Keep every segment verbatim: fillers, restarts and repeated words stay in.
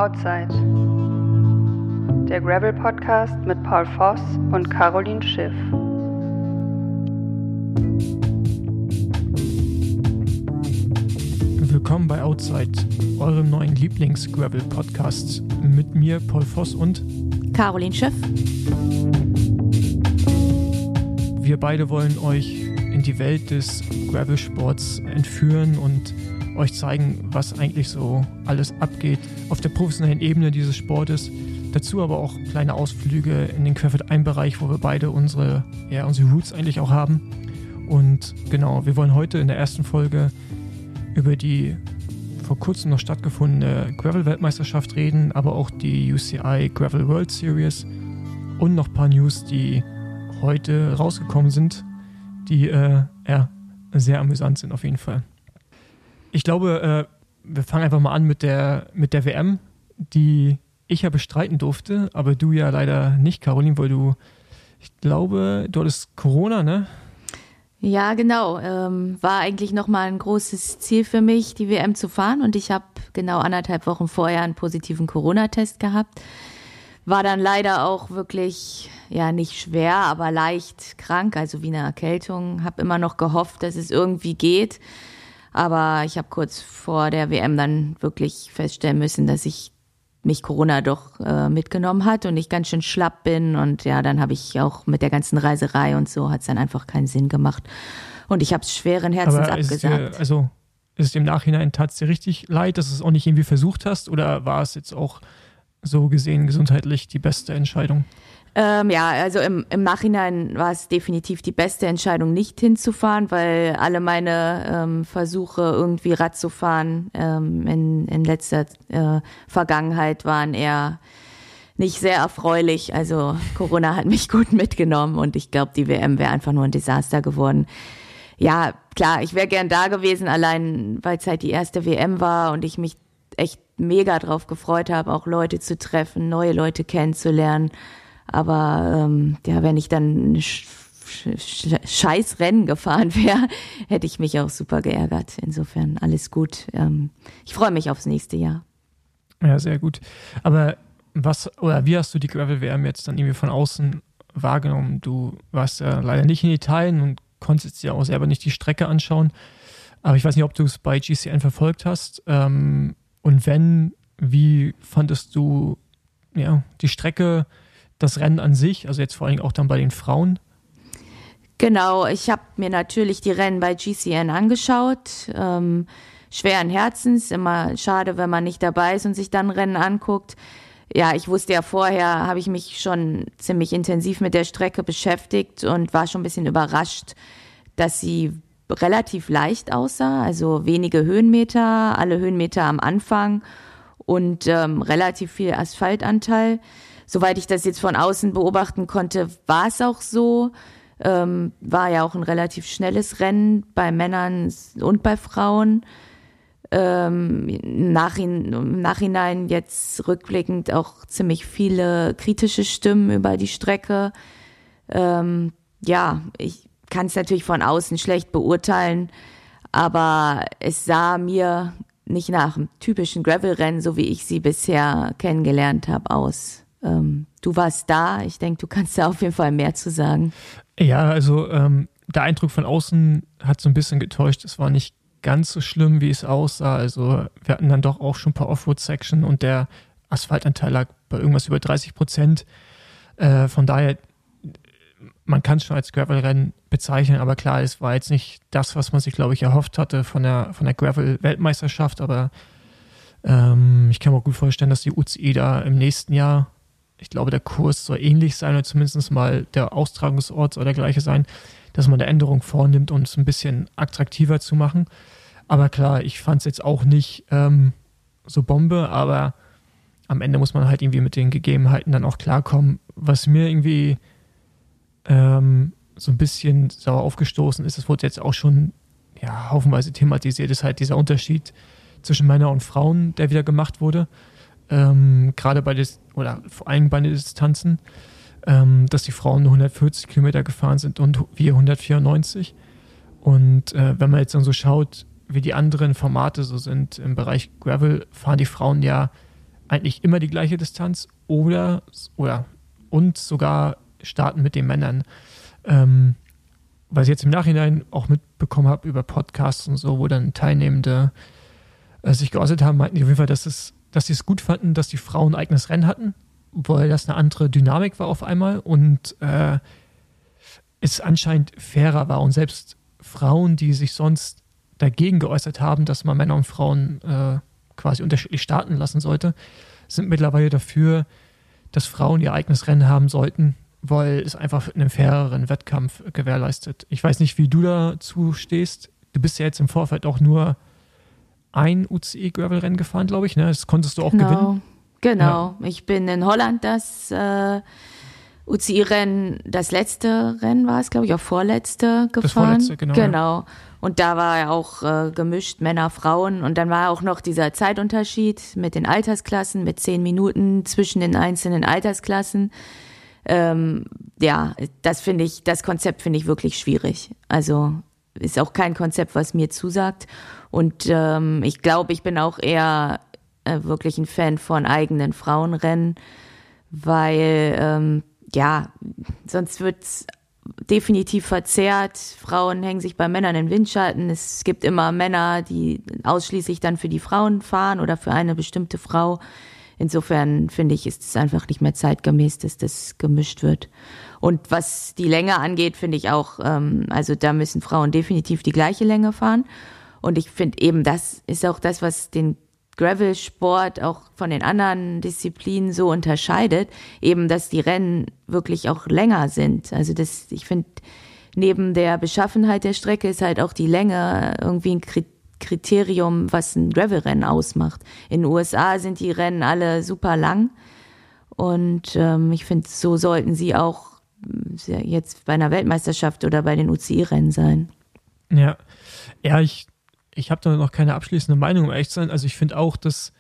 Outside, der Gravel-Podcast mit Paul Voss und Caroline Schiff. Willkommen bei Outside, eurem neuen Lieblings-Gravel-Podcast mit mir, Paul Voss und Caroline Schiff. Wir beide wollen euch in die Welt des Gravelsports entführen und euch zeigen, was eigentlich so alles abgeht auf der professionellen Ebene dieses Sportes. Dazu aber auch kleine Ausflüge in den Querfeldein-Bereich, wo wir beide unsere, ja, unsere Roots eigentlich auch haben. Und genau, wir wollen heute in der ersten Folge über die vor kurzem noch stattgefundene Gravel-Weltmeisterschaft reden, aber auch die U C I Gravel World Series und noch ein paar News, die heute rausgekommen sind, die äh, ja, sehr amüsant sind auf jeden Fall. Ich glaube, äh, wir fangen einfach mal an mit der, mit der W M, die ich ja bestreiten durfte, aber du ja leider nicht, Caroline, weil du, ich glaube, du hattest Corona, ne? Ja, genau. Ähm, war eigentlich nochmal ein großes Ziel für mich, die W M zu fahren. Und ich habe genau anderthalb Wochen vorher einen positiven Corona-Test gehabt. War dann leider auch wirklich, ja, nicht schwer, aber leicht krank, also wie eine Erkältung. Habe immer noch gehofft, dass es irgendwie geht. Aber ich habe kurz vor der W M dann wirklich feststellen müssen, dass ich mich Corona doch äh, mitgenommen hat und ich ganz schön schlapp bin. Und ja, dann habe ich auch mit der ganzen Reiserei und so, hat es dann einfach keinen Sinn gemacht. Und ich habe es schweren Herzens Aber ist abgesagt. Dir, also ist es im Nachhinein, tat es dir richtig leid, dass du es auch nicht irgendwie versucht hast? Oder war es jetzt auch so gesehen gesundheitlich die beste Entscheidung? Ähm, ja, also im, im Nachhinein war es definitiv die beste Entscheidung, nicht hinzufahren, weil alle meine ähm, Versuche, irgendwie Rad zu fahren ähm, in, in letzter äh, Vergangenheit waren eher nicht sehr erfreulich. Also Corona hat mich gut mitgenommen und ich glaube, die W M wäre einfach nur ein Desaster geworden. Ja, klar, ich wäre gern da gewesen, allein weil es halt die erste W M war und ich mich echt mega drauf gefreut habe, auch Leute zu treffen, neue Leute kennenzulernen. Aber ähm, ja, wenn ich dann ein Sch- Sch- scheiß Rennen gefahren wäre, hätte ich mich auch super geärgert. Insofern alles gut. Ähm, ich freue mich aufs nächste Jahr. Ja, sehr gut. Aber was oder wie hast du die Gravel-W M jetzt dann irgendwie von außen wahrgenommen? Du warst ja leider nicht in Italien und konntest dir auch selber nicht die Strecke anschauen. Aber ich weiß nicht, ob du es bei G C N verfolgt hast. Ähm, und wenn, wie fandest du ja, die Strecke, das Rennen an sich, also jetzt vor allem auch dann bei den Frauen? Genau, ich habe mir natürlich die Rennen bei G C N angeschaut. Ähm, schweren Herzens, immer schade, wenn man nicht dabei ist und sich dann Rennen anguckt. Ja, ich wusste ja vorher, habe ich mich schon ziemlich intensiv mit der Strecke beschäftigt und war schon ein bisschen überrascht, dass sie relativ leicht aussah, also wenige Höhenmeter, alle Höhenmeter am Anfang und ähm, relativ viel Asphaltanteil. Soweit ich das jetzt von außen beobachten konnte, war es auch so. Ähm, war ja auch ein relativ schnelles Rennen bei Männern und bei Frauen. Ähm, im, Nachhin- im Nachhinein jetzt rückblickend auch ziemlich viele kritische Stimmen über die Strecke. Ähm, ja, ich kann es natürlich von außen schlecht beurteilen, aber es sah mir nicht nach einem typischen Gravel-Rennen, so wie ich sie bisher kennengelernt habe, aus. Ähm, du warst da, ich denke, du kannst da auf jeden Fall mehr zu sagen. Ja, also ähm, der Eindruck von außen hat so ein bisschen getäuscht. Es war nicht ganz so schlimm, wie es aussah. Also wir hatten dann doch auch schon ein paar Offroad-Section und der Asphaltanteil lag bei irgendwas über dreißig Prozent. Äh, von daher, man kann es schon als Gravel-Rennen bezeichnen, aber klar, es war jetzt nicht das, was man sich, glaube ich, erhofft hatte von der, von der Gravel-Weltmeisterschaft, aber ähm, ich kann mir auch gut vorstellen, dass die U C I da im nächsten Jahr, ich glaube, der Kurs soll ähnlich sein oder zumindest mal der Austragungsort soll der gleiche sein, dass man da Änderungen vornimmt, um es ein bisschen attraktiver zu machen. Aber klar, ich fand es jetzt auch nicht ähm, so Bombe, aber am Ende muss man halt irgendwie mit den Gegebenheiten dann auch klarkommen. Was mir irgendwie ähm, so ein bisschen sauer aufgestoßen ist, das wurde jetzt auch schon ja, haufenweise thematisiert, ist halt dieser Unterschied zwischen Männern und Frauen, der wieder gemacht wurde. Ähm, gerade bei des, oder vor allem bei den Distanzen, ähm, dass die Frauen nur hundertvierzig Kilometer gefahren sind und wir hundertvierundneunzig. Und äh, wenn man jetzt dann so schaut, wie die anderen Formate so sind im Bereich Gravel, fahren die Frauen ja eigentlich immer die gleiche Distanz oder, oder und sogar starten mit den Männern. Ähm, was ich jetzt im Nachhinein auch mitbekommen habe über Podcasts und so, wo dann Teilnehmende äh, sich geäußert haben, meinten die auf jeden Fall, dass, es, dass sie es gut fanden, dass die Frauen ein eigenes Rennen hatten, weil das eine andere Dynamik war auf einmal und äh, es anscheinend fairer war. Und selbst Frauen, die sich sonst dagegen geäußert haben, dass man Männer und Frauen äh, quasi unterschiedlich starten lassen sollte, sind mittlerweile dafür, dass Frauen ihr eigenes Rennen haben sollten, weil es einfach einen faireren Wettkampf gewährleistet. Ich weiß nicht, wie du dazu stehst. Du bist ja jetzt im Vorfeld auch nur ein U C I-Gravel-Rennen gefahren, glaube ich. Ne? Das konntest du auch genau. gewinnen. Genau. Ja. Ich bin in Holland das äh, U C I-Rennen, das letzte Rennen war es, glaube ich, auch vorletzte gefahren. Das vorletzte, genau. Genau. Ja. Und da war ja auch äh, gemischt Männer, Frauen. Und dann war auch noch dieser Zeitunterschied mit den Altersklassen, mit zehn Minuten zwischen den einzelnen Altersklassen. Ähm, ja, das finde ich, das Konzept finde ich wirklich schwierig. Also ist auch kein Konzept, was mir zusagt. Und ähm, ich glaube, ich bin auch eher äh, wirklich ein Fan von eigenen Frauenrennen, weil ähm, ja, sonst wird's definitiv verzerrt. Frauen hängen sich bei Männern in Windschatten. Es gibt immer Männer, die ausschließlich dann für die Frauen fahren oder für eine bestimmte Frau. Insofern finde ich, ist es einfach nicht mehr zeitgemäß, dass das gemischt wird. Und was die Länge angeht, finde ich auch, ähm, also da müssen Frauen definitiv die gleiche Länge fahren. Und ich finde eben, das ist auch das, was den Gravel-Sport auch von den anderen Disziplinen so unterscheidet, eben, dass die Rennen wirklich auch länger sind. Also das, ich finde, neben der Beschaffenheit der Strecke ist halt auch die Länge irgendwie ein Kriterium, was ein Gravel-Rennen ausmacht. In den U S A sind die Rennen alle super lang und ähm, ich finde, so sollten sie auch jetzt bei einer Weltmeisterschaft oder bei den U C I-Rennen sein. Ja, ja, ich Ich habe da noch keine abschließende Meinung, um ehrlich zu sein. Also ich finde auch, dass,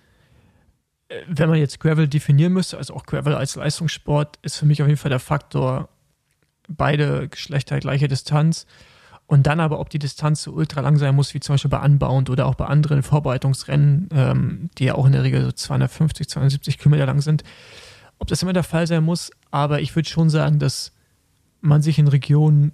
wenn man jetzt Gravel definieren müsste, also auch Gravel als Leistungssport, ist für mich auf jeden Fall der Faktor, beide Geschlechter gleiche Distanz. Und dann aber, ob die Distanz so ultra lang sein muss, wie zum Beispiel bei Unbound oder auch bei anderen Vorbereitungsrennen, ähm, die ja auch in der Regel so zweihundertfünfzig, zweihundertsiebzig Kilometer lang sind, ob das immer der Fall sein muss. Aber ich würde schon sagen, dass man sich in Regionen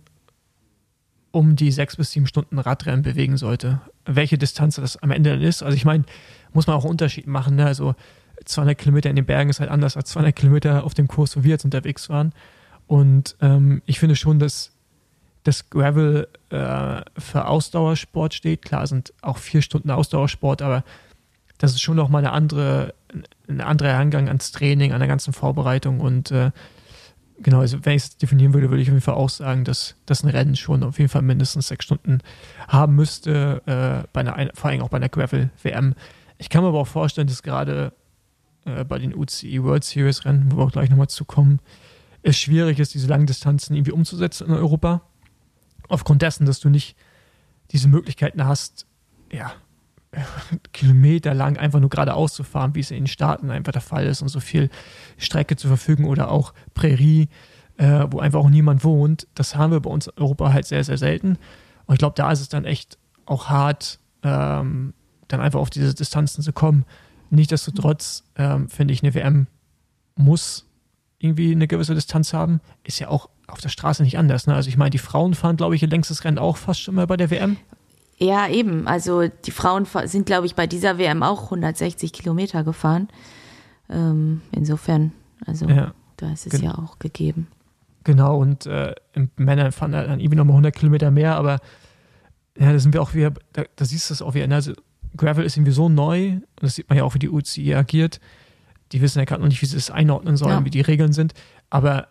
um die sechs bis sieben Stunden Radrennen bewegen sollte. Welche Distanz das am Ende dann ist. Also ich meine, muss man auch einen Unterschied machen. Ne? Also zweihundert Kilometer in den Bergen ist halt anders als zweihundert Kilometer auf dem Kurs, wo wir jetzt unterwegs waren. Und ähm, ich finde schon, dass das Gravel äh, für Ausdauersport steht. Klar sind auch vier Stunden Ausdauersport, aber das ist schon noch mal eine andere, ein anderer Herangang ans Training, an der ganzen Vorbereitung. Und äh, genau, also wenn ich es definieren würde, würde ich auf jeden Fall auch sagen, dass das ein Rennen schon auf jeden Fall mindestens sechs Stunden haben müsste, äh, bei einer, vor allem auch bei einer Gravel-W M. Ich kann mir aber auch vorstellen, dass gerade äh, bei den U C I World Series Rennen, wo wir auch gleich nochmal zukommen, es schwierig ist, diese langen Distanzen irgendwie umzusetzen in Europa. Aufgrund dessen, dass du nicht diese Möglichkeiten hast, ja, kilometerlang einfach nur geradeaus zu fahren, wie es in den Staaten einfach der Fall ist und so viel Strecke zur Verfügung oder auch Prärie, äh, wo einfach auch niemand wohnt. Das haben wir bei uns in Europa halt sehr, sehr selten. Und ich glaube, da ist es dann echt auch hart, ähm, dann einfach auf diese Distanzen zu kommen. Nichtsdestotrotz ähm, finde ich, eine W M muss irgendwie eine gewisse Distanz haben. Ist ja auch auf der Straße nicht anders. Ne? Also ich meine, die Frauen fahren, glaube ich, ihr längstes Rennen auch fast schon mal bei der W M. Ja, eben. Also die Frauen sind, glaube ich, bei dieser W M auch hundertsechzig Kilometer gefahren. Ähm, insofern, also ja, da ist es gen- ja auch gegeben. Genau, und äh, Männer fahren dann irgendwie nochmal hundert Kilometer mehr, aber ja, da sind wir auch wieder, da, da siehst du es auch wieder. Also Gravel ist irgendwie so neu, und das sieht man ja auch, wie die U C I agiert. Die wissen ja gerade noch nicht, wie sie es einordnen sollen, ja. wie die Regeln sind. Aber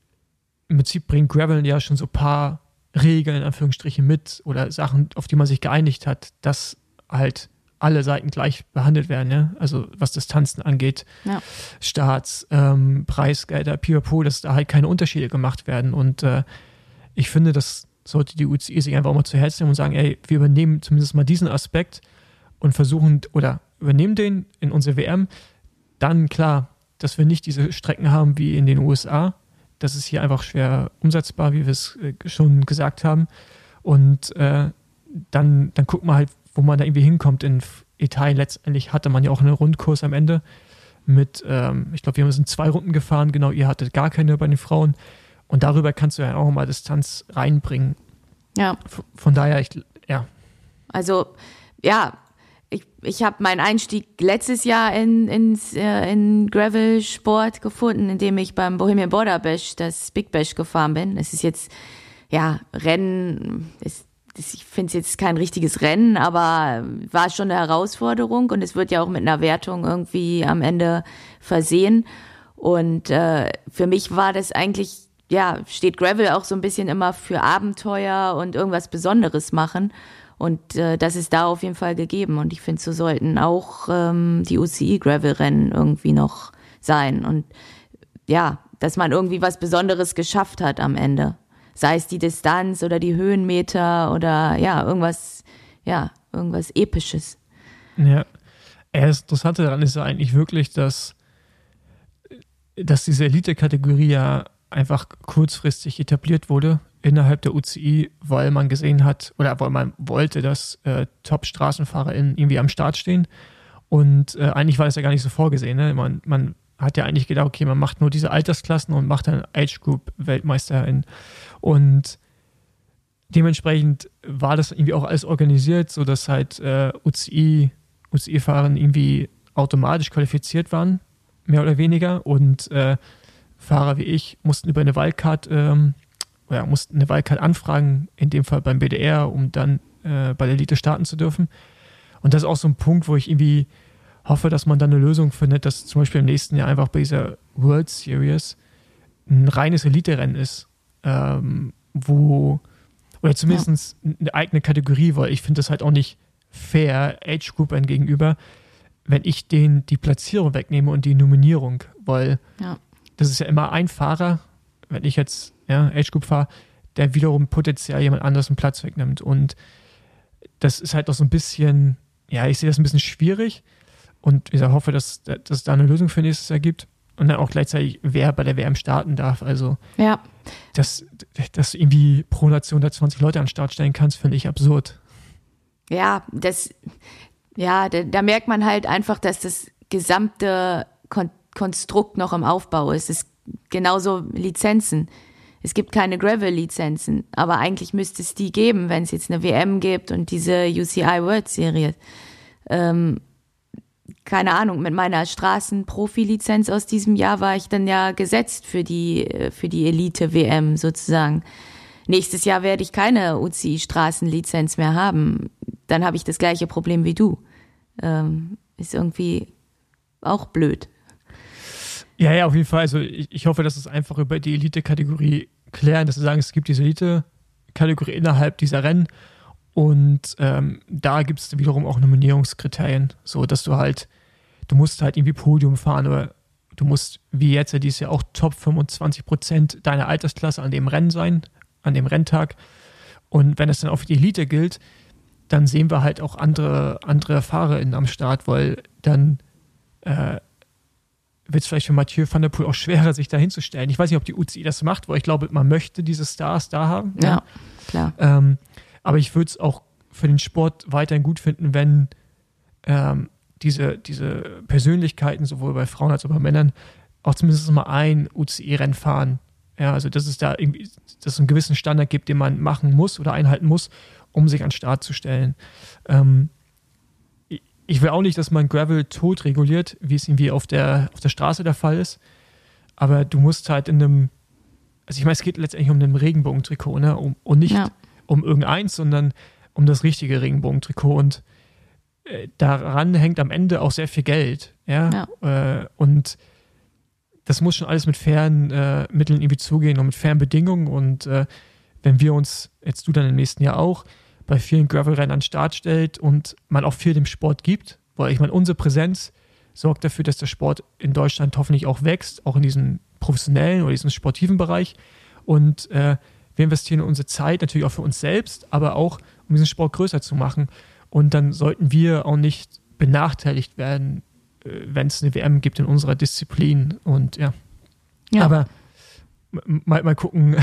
im Prinzip bringt Gravel ja schon so ein paar Regeln, in Anführungsstrichen, mit oder Sachen, auf die man sich geeinigt hat, dass halt alle Seiten gleich behandelt werden, ja? Also was Distanzen angeht, ja. Starts, ähm, Preisgelder, pipapo, dass da halt keine Unterschiede gemacht werden. Und äh, ich finde, das sollte die U C I sich einfach auch mal zu Herzen nehmen und sagen, ey, wir übernehmen zumindest mal diesen Aspekt und versuchen, oder übernehmen den in unsere W M. Dann klar, dass wir nicht diese Strecken haben wie in den U S A. Das ist hier einfach schwer umsetzbar, wie wir es schon gesagt haben. Und äh, dann, dann guckt man halt, wo man da irgendwie hinkommt. In Italien letztendlich hatte man ja auch einen Rundkurs am Ende. mit, ähm, ich glaube, wir sind zwei Runden gefahren, genau, ihr hattet gar keine bei den Frauen. Und darüber kannst du ja auch mal Distanz reinbringen. Ja. Von daher, ich, ja. Also, ja, ich, ich habe meinen Einstieg letztes Jahr in, ins, äh, in Gravel-Sport gefunden, indem ich beim Bohemian Border Bash, das Big Bash, gefahren bin. Es ist jetzt, ja, Rennen, ist, ist, ich finde es jetzt kein richtiges Rennen, aber war schon eine Herausforderung und es wird ja auch mit einer Wertung irgendwie am Ende versehen. Und äh, für mich war das eigentlich, ja, steht Gravel auch so ein bisschen immer für Abenteuer und irgendwas Besonderes machen. Und äh, das ist da auf jeden Fall gegeben. Und ich finde, so sollten auch ähm, die U C I-Gravel-Rennen irgendwie noch sein. Und ja, dass man irgendwie was Besonderes geschafft hat am Ende. Sei es die Distanz oder die Höhenmeter oder ja, irgendwas, ja, irgendwas Episches. Ja, das Interessante daran ist ja eigentlich wirklich, dass, dass diese Elite-Kategorie ja einfach kurzfristig etabliert wurde innerhalb der U C I, weil man gesehen hat oder weil man wollte, dass äh, Top-StraßenfahrerInnen irgendwie am Start stehen. Und äh, eigentlich war das ja gar nicht so vorgesehen. Ne? Man, man hat ja eigentlich gedacht, okay, man macht nur diese Altersklassen und macht dann Age-Group-WeltmeisterInnen. Und dementsprechend war das irgendwie auch alles organisiert, sodass halt äh, U C I, U C I-Fahrer irgendwie automatisch qualifiziert waren, mehr oder weniger. Und äh, Fahrer wie ich mussten über eine Wildcard, ähm, oder mussten eine Wildcard anfragen, in dem Fall beim B D R, um dann äh, bei der Elite starten zu dürfen. Und das ist auch so ein Punkt, wo ich irgendwie hoffe, dass man dann eine Lösung findet, dass zum Beispiel im nächsten Jahr einfach bei dieser World Series ein reines Elite-Rennen ist, ähm, wo, oder zumindest ja. eine eigene Kategorie, weil ich finde das halt auch nicht fair, Age-Groupern gegenüber, wenn ich denen die Platzierung wegnehme und die Nominierung, weil ja. das ist ja immer ein Fahrer, wenn ich jetzt ja, Age-Group fahre, der wiederum potenziell jemand anderes einen Platz wegnimmt. Und das ist halt auch so ein bisschen, ja, ich sehe das ein bisschen schwierig und ich hoffe, dass, dass es da eine Lösung für nächstes Jahr gibt und dann auch gleichzeitig, wer bei der W M starten darf. Also, ja. dass, dass du irgendwie pro Nation da zwanzig Leute an den Start stellen kannst, finde ich absurd. Ja, das, ja, da, da merkt man halt einfach, dass das gesamte Kon- Konstrukt noch im Aufbau ist. Es ist genauso Lizenzen. Es gibt keine Gravel-Lizenzen, aber eigentlich müsste es die geben, wenn es jetzt eine W M gibt und diese U C I World Series. Ähm, keine Ahnung, mit meiner Straßen-Profi-Lizenz aus diesem Jahr war ich dann ja gesetzt für die, für die Elite-W M sozusagen. Nächstes Jahr werde ich keine U C I-Straßenlizenz mehr haben. Dann habe ich das gleiche Problem wie du. Ähm, ist irgendwie auch blöd. Ja, ja, auf jeden Fall. Also ich, ich hoffe, dass es einfach über die Elite-Kategorie klären, dass sie sagen, es gibt diese Elite-Kategorie innerhalb dieser Rennen und ähm, da gibt es wiederum auch Nominierungskriterien, so dass du halt, du musst halt irgendwie Podium fahren oder du musst, wie jetzt, ja dieses Jahr auch Top fünfundzwanzig Prozent deiner Altersklasse an dem Rennen sein, an dem Renntag. Und wenn es dann auf die Elite gilt, dann sehen wir halt auch andere, andere FahrerInnen am Start, weil dann äh, wird es vielleicht für Mathieu van der Poel auch schwerer, sich da hinzustellen. Ich weiß nicht, ob die U C I das macht, weil ich glaube, man möchte diese Stars da haben. Ja, ja. Klar. Ähm, aber ich würde es auch für den Sport weiterhin gut finden, wenn ähm, diese, diese Persönlichkeiten, sowohl bei Frauen als auch bei Männern, auch zumindest mal ein U C I-Rennen fahren. Ja, also dass es da irgendwie, dass es einen gewissen Standard gibt, den man machen muss oder einhalten muss, um sich an den Start zu stellen. Ähm, Ich will auch nicht, dass man Gravel tot reguliert, wie es irgendwie auf der, auf der Straße der Fall ist. Aber du musst halt in einem, also ich meine, es geht letztendlich um ein Regenbogentrikot, ne? Um, und nicht ja. um irgendeins, sondern um das richtige Regenbogentrikot. Und äh, daran hängt am Ende auch sehr viel Geld. Ja. ja. Äh, und das muss schon alles mit fairen äh, Mitteln irgendwie zugehen und mit fairen Bedingungen. Und äh, wenn wir uns, jetzt du dann im nächsten Jahr auch, bei vielen Gravel-Rennen an den Start stellt und man auch viel dem Sport gibt, weil ich meine, unsere Präsenz sorgt dafür, dass der Sport in Deutschland hoffentlich auch wächst, auch in diesem professionellen oder diesem sportiven Bereich und äh, wir investieren unsere Zeit natürlich auch für uns selbst, aber auch, um diesen Sport größer zu machen und dann sollten wir auch nicht benachteiligt werden, äh, wenn es eine W M gibt in unserer Disziplin und ja, ja. aber m- mal, mal gucken,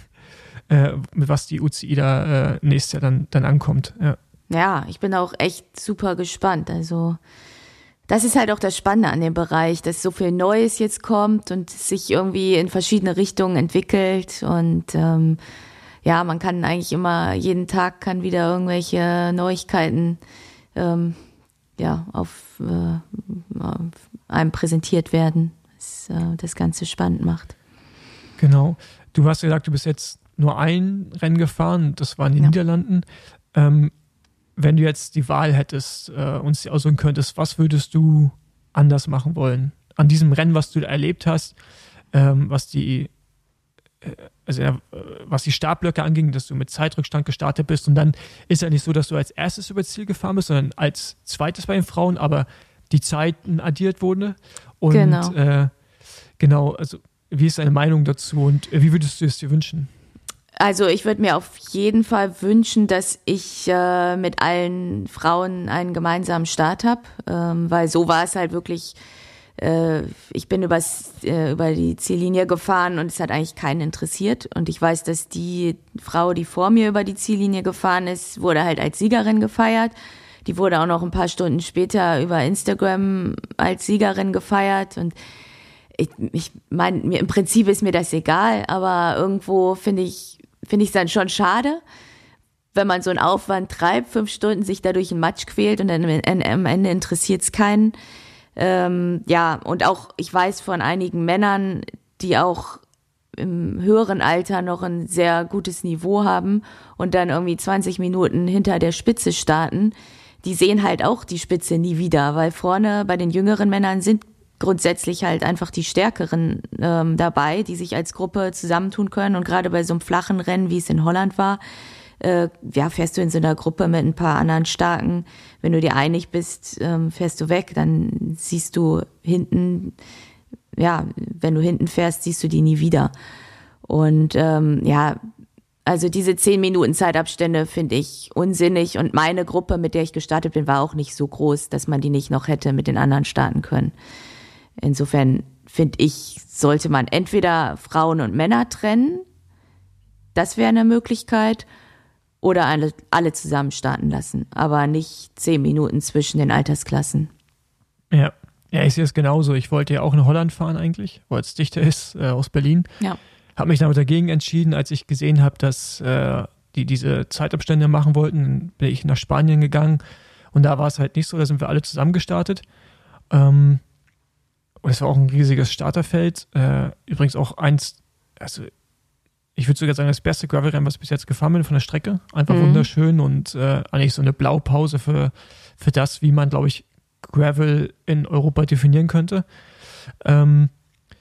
Äh, mit was die U C I da äh, nächstes Jahr dann, dann ankommt. Ja. ja, ich bin auch echt super gespannt. Also das ist halt auch das Spannende an dem Bereich, dass so viel Neues jetzt kommt und sich irgendwie in verschiedene Richtungen entwickelt und ähm, ja, man kann eigentlich immer, jeden Tag kann wieder irgendwelche Neuigkeiten ähm, ja, auf, äh, auf einem präsentiert werden, was äh, das Ganze spannend macht. Genau. Du hast gesagt, du bist jetzt nur ein Rennen gefahren, das war in den ja. Niederlanden. Ähm, wenn du jetzt die Wahl hättest, äh, uns die aussuchen könntest, was würdest du anders machen wollen? An diesem Rennen, was du erlebt hast, ähm, was die äh, also äh, was die Startblöcke anging, dass du mit Zeitrückstand gestartet bist und dann ist ja nicht so, dass du als erstes über Ziel gefahren bist, sondern als zweites bei den Frauen, aber die Zeiten addiert wurden. Und genau, äh, genau also wie ist deine Meinung dazu und wie würdest du es dir wünschen? Also ich würde mir auf jeden Fall wünschen, dass ich äh, mit allen Frauen einen gemeinsamen Start habe, ähm, weil so war es halt wirklich, äh, ich bin übers, äh, über die Ziellinie gefahren und es hat eigentlich keinen interessiert und ich weiß, dass die Frau, die vor mir über die Ziellinie gefahren ist, wurde halt als Siegerin gefeiert. Die wurde auch noch ein paar Stunden später über Instagram als Siegerin gefeiert und ich, ich meine, mir im Prinzip ist mir das egal, aber irgendwo finde ich finde ich es dann schon schade, wenn man so einen Aufwand treibt, fünf Stunden sich dadurch in Matsch quält und dann am Ende interessiert es keinen. Ähm, ja, und auch, ich weiß von einigen Männern, die auch im höheren Alter noch ein sehr gutes Niveau haben und dann irgendwie zwanzig Minuten hinter der Spitze starten, die sehen halt auch die Spitze nie wieder, weil vorne bei den jüngeren Männern sind grundsätzlich halt einfach die Stärkeren ähm, dabei, die sich als Gruppe zusammentun können. Und gerade bei so einem flachen Rennen, wie es in Holland war, äh, ja, fährst du in so einer Gruppe mit ein paar anderen Starken. Wenn du dir einig bist, ähm, fährst du weg, dann siehst du hinten, ja, wenn du hinten fährst, siehst du die nie wieder. Und ähm, ja, also diese zehn Minuten Zeitabstände finde ich unsinnig. Und meine Gruppe, mit der ich gestartet bin, war auch nicht so groß, dass man die nicht noch hätte mit den anderen starten können. Insofern finde ich, sollte man entweder Frauen und Männer trennen, das wäre eine Möglichkeit, oder alle, alle zusammen starten lassen, aber nicht zehn Minuten zwischen den Altersklassen. Ja, ja, ich sehe es genauso. Ich wollte ja auch in Holland fahren eigentlich, weil es dichter ist, äh, aus Berlin. Ja. Habe mich damit dagegen entschieden, als ich gesehen habe, dass äh, die diese Zeitabstände machen wollten, bin ich nach Spanien gegangen und da war es halt nicht so, da sind wir alle zusammen gestartet. Ähm, Und es war auch ein riesiges Starterfeld. Äh, übrigens auch eins, also ich würde sogar sagen, das beste Gravel-Rennen, was ich bis jetzt gefahren bin von der Strecke. Einfach mhm. wunderschön und äh, eigentlich so eine Blaupause für, für das, wie man, glaube ich, Gravel in Europa definieren könnte. Ähm,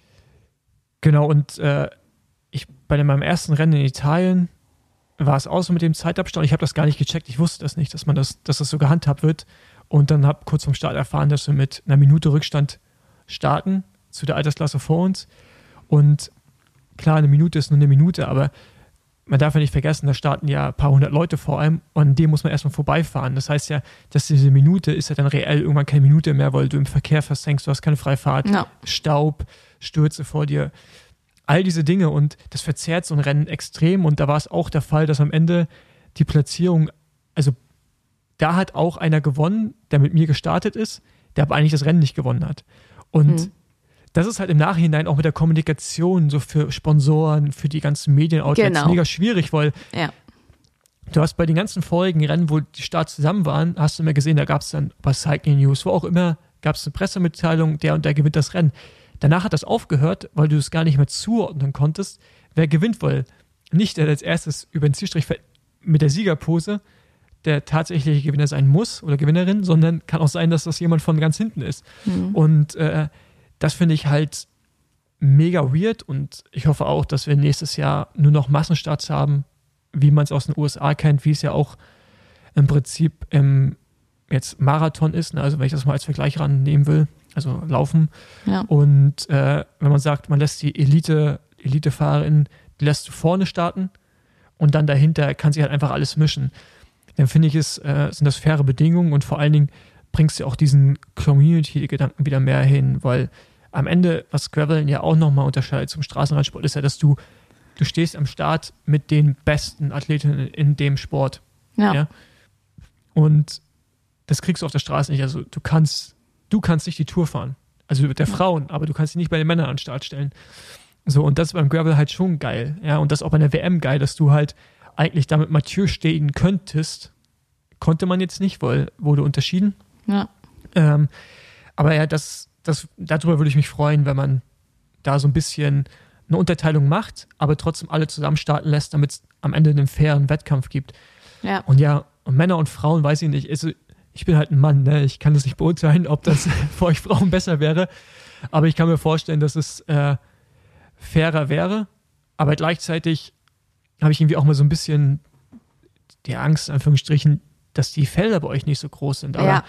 genau, und äh, ich bei meinem ersten Rennen in Italien war es auch so mit dem Zeitabstand. Ich habe das gar nicht gecheckt. Ich wusste das nicht, dass man das, dass das so gehandhabt wird. Und dann habe kurz vorm Start erfahren, dass wir mit einer Minute Rückstand starten zu der Altersklasse vor uns und klar, eine Minute ist nur eine Minute, aber man darf ja nicht vergessen, da starten ja ein paar hundert Leute vor allem und an dem muss man erstmal vorbeifahren. Das heißt ja, dass diese Minute ist ja dann reell irgendwann keine Minute mehr, weil du im Verkehr versenkst, du hast keine Freifahrt, no. Staub, Stürze vor dir, all diese Dinge und das verzerrt so ein Rennen extrem und da war es auch der Fall, dass am Ende die Platzierung, also da hat auch einer gewonnen, der mit mir gestartet ist, der aber eigentlich das Rennen nicht gewonnen hat. Und hm. das ist halt im Nachhinein auch mit der Kommunikation so für Sponsoren, für die ganzen Medienoutlets genau. mega schwierig, weil ja. du hast bei den ganzen vorigen Rennen, wo die Starts zusammen waren, hast du immer gesehen, da gab es dann bei Cycling News, wo auch immer, gab es eine Pressemitteilung, der und der gewinnt das Rennen. Danach hat das aufgehört, weil du es gar nicht mehr zuordnen konntest, wer gewinnt, weil nicht der als erstes über den Zielstrich fällt mit der Siegerpose der tatsächliche Gewinner sein muss oder Gewinnerin, sondern kann auch sein, dass das jemand von ganz hinten ist. Mhm. Und äh, das finde ich halt mega weird und ich hoffe auch, dass wir nächstes Jahr nur noch Massenstarts haben, wie man es aus den U S A kennt, wie es ja auch im Prinzip im jetzt Marathon ist, ne? Also wenn ich das mal als Vergleich rannehmen will, also Laufen. Ja. Und äh, wenn man sagt, man lässt die Elite, Elitefahrerin, die lässt du vorne starten und dann dahinter kann sie halt einfach alles mischen. Dann finde ich, es äh, sind das faire Bedingungen und vor allen Dingen bringst du auch diesen Community-Gedanken wieder mehr hin, weil am Ende, was Graveln ja auch nochmal unterscheidet zum Straßenradsport, ist ja, dass du, du stehst am Start mit den besten Athletinnen in dem Sport. Ja. Ja? Und das kriegst du auf der Straße nicht. Also du kannst du kannst nicht die Tour fahren. Also mit der Frauen, aber du kannst sie nicht bei den Männern an den Start stellen. So, und das ist beim Gravel halt schon geil. Ja, und das auch bei der W M geil, dass du halt eigentlich damit Mathieu stehen könntest. Konnte man jetzt nicht, weil wurde unterschieden. Ja. Ähm, aber ja, das, das, darüber würde ich mich freuen, wenn man da so ein bisschen eine Unterteilung macht, aber trotzdem alle zusammen starten lässt, damit es am Ende einen fairen Wettkampf gibt. Ja. Und ja, und Männer und Frauen, weiß ich nicht, also ich bin halt ein Mann, ne? Ich kann das nicht beurteilen, ob das für euch Frauen besser wäre, aber ich kann mir vorstellen, dass es äh, fairer wäre, aber gleichzeitig habe ich irgendwie auch mal so ein bisschen die Angst, in Anführungsstrichen, dass die Felder bei euch nicht so groß sind. Aber ja.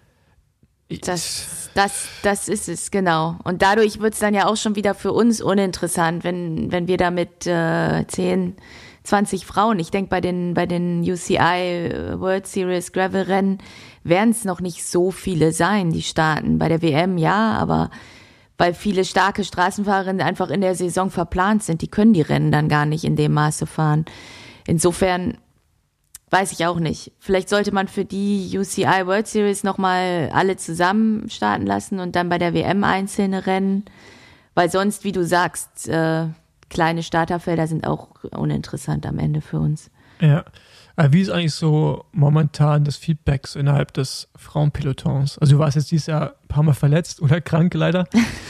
Das, das, das ist es, genau. Und dadurch wird es dann ja auch schon wieder für uns uninteressant, wenn, wenn wir da mit äh, zehn, zwanzig Frauen, ich denke bei den, bei den U C I World Series Gravel-Rennen werden es noch nicht so viele sein, die starten. Bei der W M ja, aber weil viele starke Straßenfahrerinnen einfach in der Saison verplant sind, die können die Rennen dann gar nicht in dem Maße fahren. Insofern weiß ich auch nicht. Vielleicht sollte man für die U C I World Series nochmal alle zusammen starten lassen und dann bei der W M einzelne Rennen, weil sonst, wie du sagst, äh, kleine Starterfelder sind auch uninteressant am Ende für uns. Ja. Aber wie ist eigentlich so momentan das Feedback so innerhalb des Frauenpelotons? Also du warst jetzt dieses Jahr ein paar Mal verletzt oder krank leider.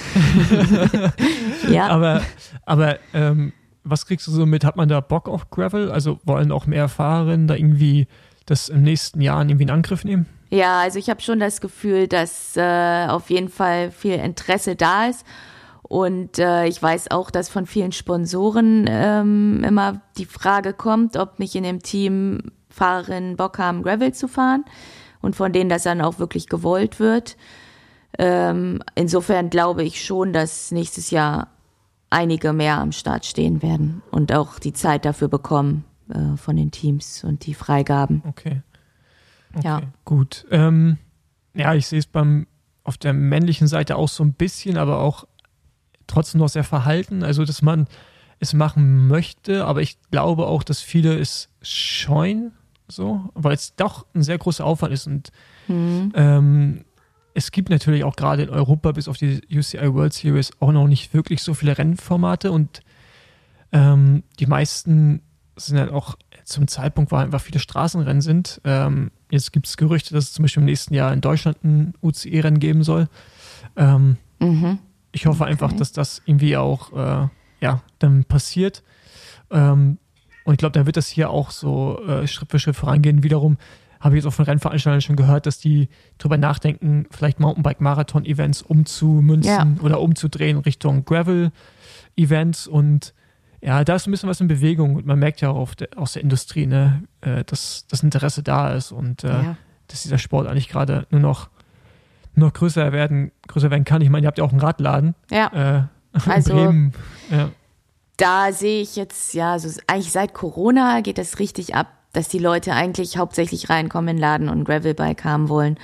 Ja. Aber, aber ähm, was kriegst du so mit? Hat man da Bock auf Gravel? Also wollen auch mehr Fahrerinnen da irgendwie das im nächsten Jahr irgendwie in Angriff nehmen? Ja, also ich habe schon das Gefühl, dass äh, auf jeden Fall viel Interesse da ist. Und äh, ich weiß auch, dass von vielen Sponsoren ähm, immer die Frage kommt, ob nicht in dem Team Fahrerinnen Bock haben, Gravel zu fahren und von denen das dann auch wirklich gewollt wird. Ähm, insofern glaube ich schon, dass nächstes Jahr einige mehr am Start stehen werden und auch die Zeit dafür bekommen äh, von den Teams und die Freigaben. Okay. Okay, Ja. gut. Ähm, ja, ich sehe es beim auf der männlichen Seite auch so ein bisschen, aber auch trotzdem noch sehr verhalten. Also, dass man es machen möchte, aber ich glaube auch, dass viele es scheuen, so, weil es doch ein sehr großer Aufwand ist und Mhm. ähm, es gibt natürlich auch gerade in Europa bis auf die U C I World Series auch noch nicht wirklich so viele Rennformate und ähm, die meisten sind halt auch zum Zeitpunkt, wo einfach viele Straßenrennen sind. Ähm, jetzt gibt es Gerüchte, dass es zum Beispiel im nächsten Jahr in Deutschland ein U C E-Rennen geben soll. Ähm, Mhm. ich hoffe Okay. einfach, dass das irgendwie auch äh, ja, dann passiert. Ähm, und ich glaube, dann wird das hier auch so äh, Schritt für Schritt vorangehen. Wiederum habe ich jetzt auch von Rennveranstaltern schon gehört, dass die drüber nachdenken, vielleicht Mountainbike-Marathon-Events umzumünzen Ja. oder umzudrehen Richtung Gravel-Events. Und ja, da ist ein bisschen was in Bewegung. Und man merkt ja auch auf der, aus der Industrie, ne, äh, dass das Interesse da ist und äh, Ja. dass dieser Sport eigentlich gerade nur noch, nur noch größer werden, größer werden kann. Ich meine, ihr habt ja auch einen Radladen. Ja. Äh, in Also- Bremen. Ja. Da sehe ich jetzt, ja, so eigentlich seit Corona geht das richtig ab, dass die Leute eigentlich hauptsächlich reinkommen in den Laden und ein Gravelbike haben wollen.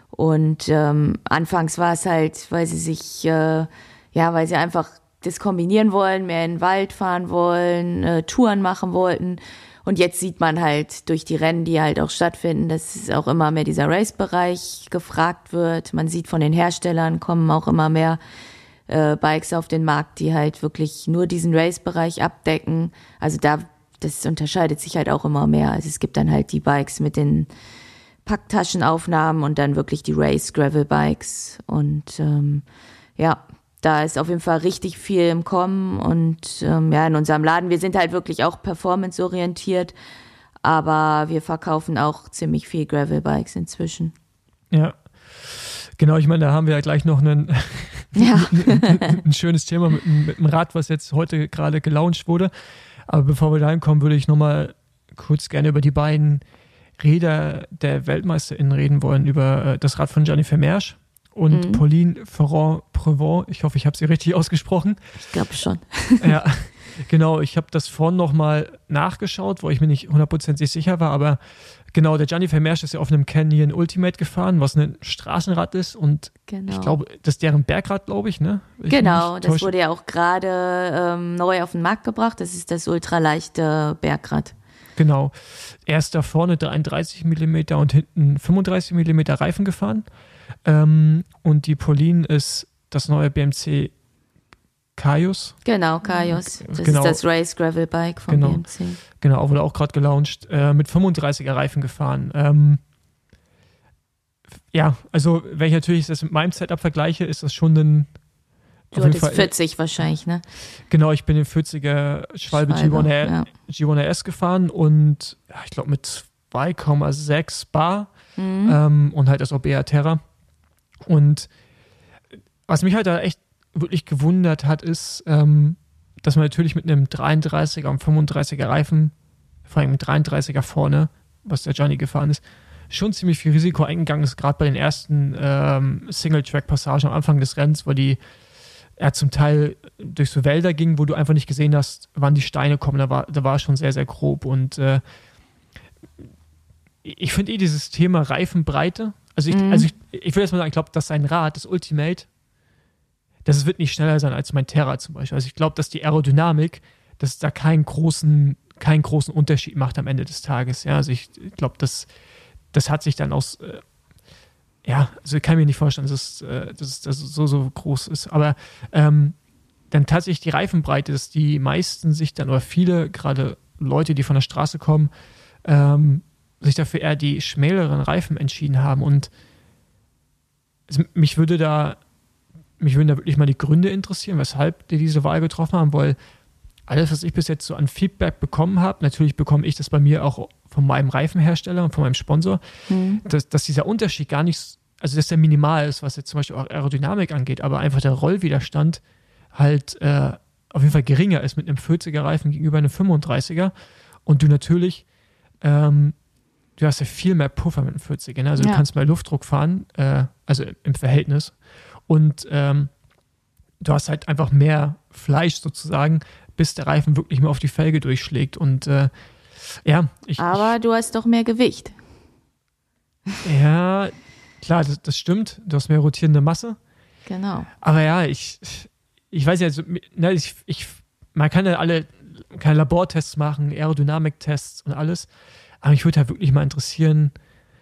Und ähm, anfangs war es halt, weil sie sich, äh, ja, weil sie einfach das kombinieren wollen, mehr in den Wald fahren wollen, äh, Touren machen wollten. Und jetzt sieht man halt durch die Rennen, die halt auch stattfinden, dass es auch immer mehr dieser Race-Bereich gefragt wird. Man sieht von den Herstellern kommen auch immer mehr äh, Bikes auf den Markt, die halt wirklich nur diesen Race-Bereich abdecken. Also da, das unterscheidet sich halt auch immer mehr. Also es gibt dann halt die Bikes mit den Packtaschenaufnahmen und dann wirklich die Race-Gravel-Bikes. Und ähm, ja, da ist auf jeden Fall richtig viel im Kommen. Und ähm, ja, in unserem Laden, wir sind halt wirklich auch performance-orientiert, aber wir verkaufen auch ziemlich viel Gravel-Bikes inzwischen. Ja, genau, ich meine, da haben wir ja gleich noch einen, Ja. ein schönes Thema mit, einem- mit einem Rad, was jetzt heute gerade gelauncht wurde. Aber bevor wir dahin kommen, würde ich nochmal kurz gerne über die beiden Räder der WeltmeisterInnen reden wollen, über äh, das Rad von Gianni Vermeersch und Mhm. Pauline Ferrand-Prevot. Ich hoffe, ich habe sie richtig ausgesprochen. Ich glaube schon. Ja, genau. Ich habe das vorhin nochmal nachgeschaut, wo ich mir nicht hundertprozentig sicher war, aber genau, der Gianni Vermeersch ist ja auf einem Canyon Ultimate gefahren, was ein Straßenrad ist und Genau. ich glaube, das ist deren Bergrad, glaube ich, ne? Wenn ich mich Genau, nicht das täusche. wurde ja auch gerade ähm, neu auf den Markt gebracht. Das ist das ultraleichte Bergrad. Genau. Er ist da vorne dreiunddreißig Millimeter und hinten fünfunddreißig Millimeter Reifen gefahren. Ähm, und die Pauline ist das neue B M C Kaios. Genau, Kaios. Das genau. ist das Race Gravel Bike von genau. B M C. Genau, wurde auch gerade gelauncht. Äh, mit fünfunddreißiger Reifen gefahren. Ähm, ja, also wenn ich natürlich das mit meinem Setup vergleiche, ist das schon ein Du hattest vierzig wahrscheinlich, ne? Genau, ich bin den vierziger Schwalbe, Schwalbe, G eins, ja. G eins R S gefahren und ja, ich glaube mit zwei Komma sechs Bar Mhm. ähm, und halt das Orbea Terra. Und was mich halt da echt wirklich gewundert hat, ist, ähm, dass man natürlich mit einem dreiunddreißiger und fünfunddreißiger Reifen, vor allem mit dreiunddreißiger vorne, was der Gianni gefahren ist, schon ziemlich viel Risiko eingegangen ist, gerade bei den ersten ähm, Single-Track-Passagen am Anfang des Rennens, wo die er zum Teil durch so Wälder ging, wo du einfach nicht gesehen hast, wann die Steine kommen. Da war, da war es schon sehr, sehr grob. Und äh, ich finde eh dieses Thema Reifenbreite, also ich, Mhm. also ich, ich will jetzt mal sagen, ich glaube, dass sein Rad, das Ultimate, das wird nicht schneller sein als mein Terra zum Beispiel. Also ich glaube, dass die Aerodynamik, dass es da keinen großen, keinen großen Unterschied macht am Ende des Tages. Ja, also ich, ich glaube, das, das hat sich dann aus äh, ja, also ich kann mir nicht vorstellen, dass es, äh, dass es, dass es so, so groß ist. Aber ähm, dann tatsächlich die Reifenbreite, dass die meisten sich dann, oder viele, gerade Leute, die von der Straße kommen, ähm, sich dafür eher die schmäleren Reifen entschieden haben. Und also mich würde da, mich würden da wirklich mal die Gründe interessieren, weshalb die diese Wahl getroffen haben, weil alles, was ich bis jetzt so an Feedback bekommen habe, natürlich bekomme ich das bei mir auch von meinem Reifenhersteller und von meinem Sponsor, Mhm. dass, dass dieser Unterschied gar nicht, also dass der minimal ist, was jetzt zum Beispiel auch Aerodynamik angeht, aber einfach der Rollwiderstand halt äh, auf jeden Fall geringer ist mit einem vierziger Reifen gegenüber einem fünfunddreißiger und du natürlich, ähm, du hast ja viel mehr Puffer mit einem vierziger, ne? Also Ja. du kannst mehr Luftdruck fahren, äh, also im Verhältnis und ähm, du hast halt einfach mehr Fleisch sozusagen, bis der Reifen wirklich mal auf die Felge durchschlägt und äh, ja, ich, Aber du hast doch mehr Gewicht. ich ja, klar, das, das stimmt, du hast mehr rotierende Masse, Genau. aber ja, ich, ich weiß ja, also, ne, ich, ich, man kann ja alle keine Labortests machen, Aerodynamiktests und alles, aber mich würde halt wirklich mal interessieren,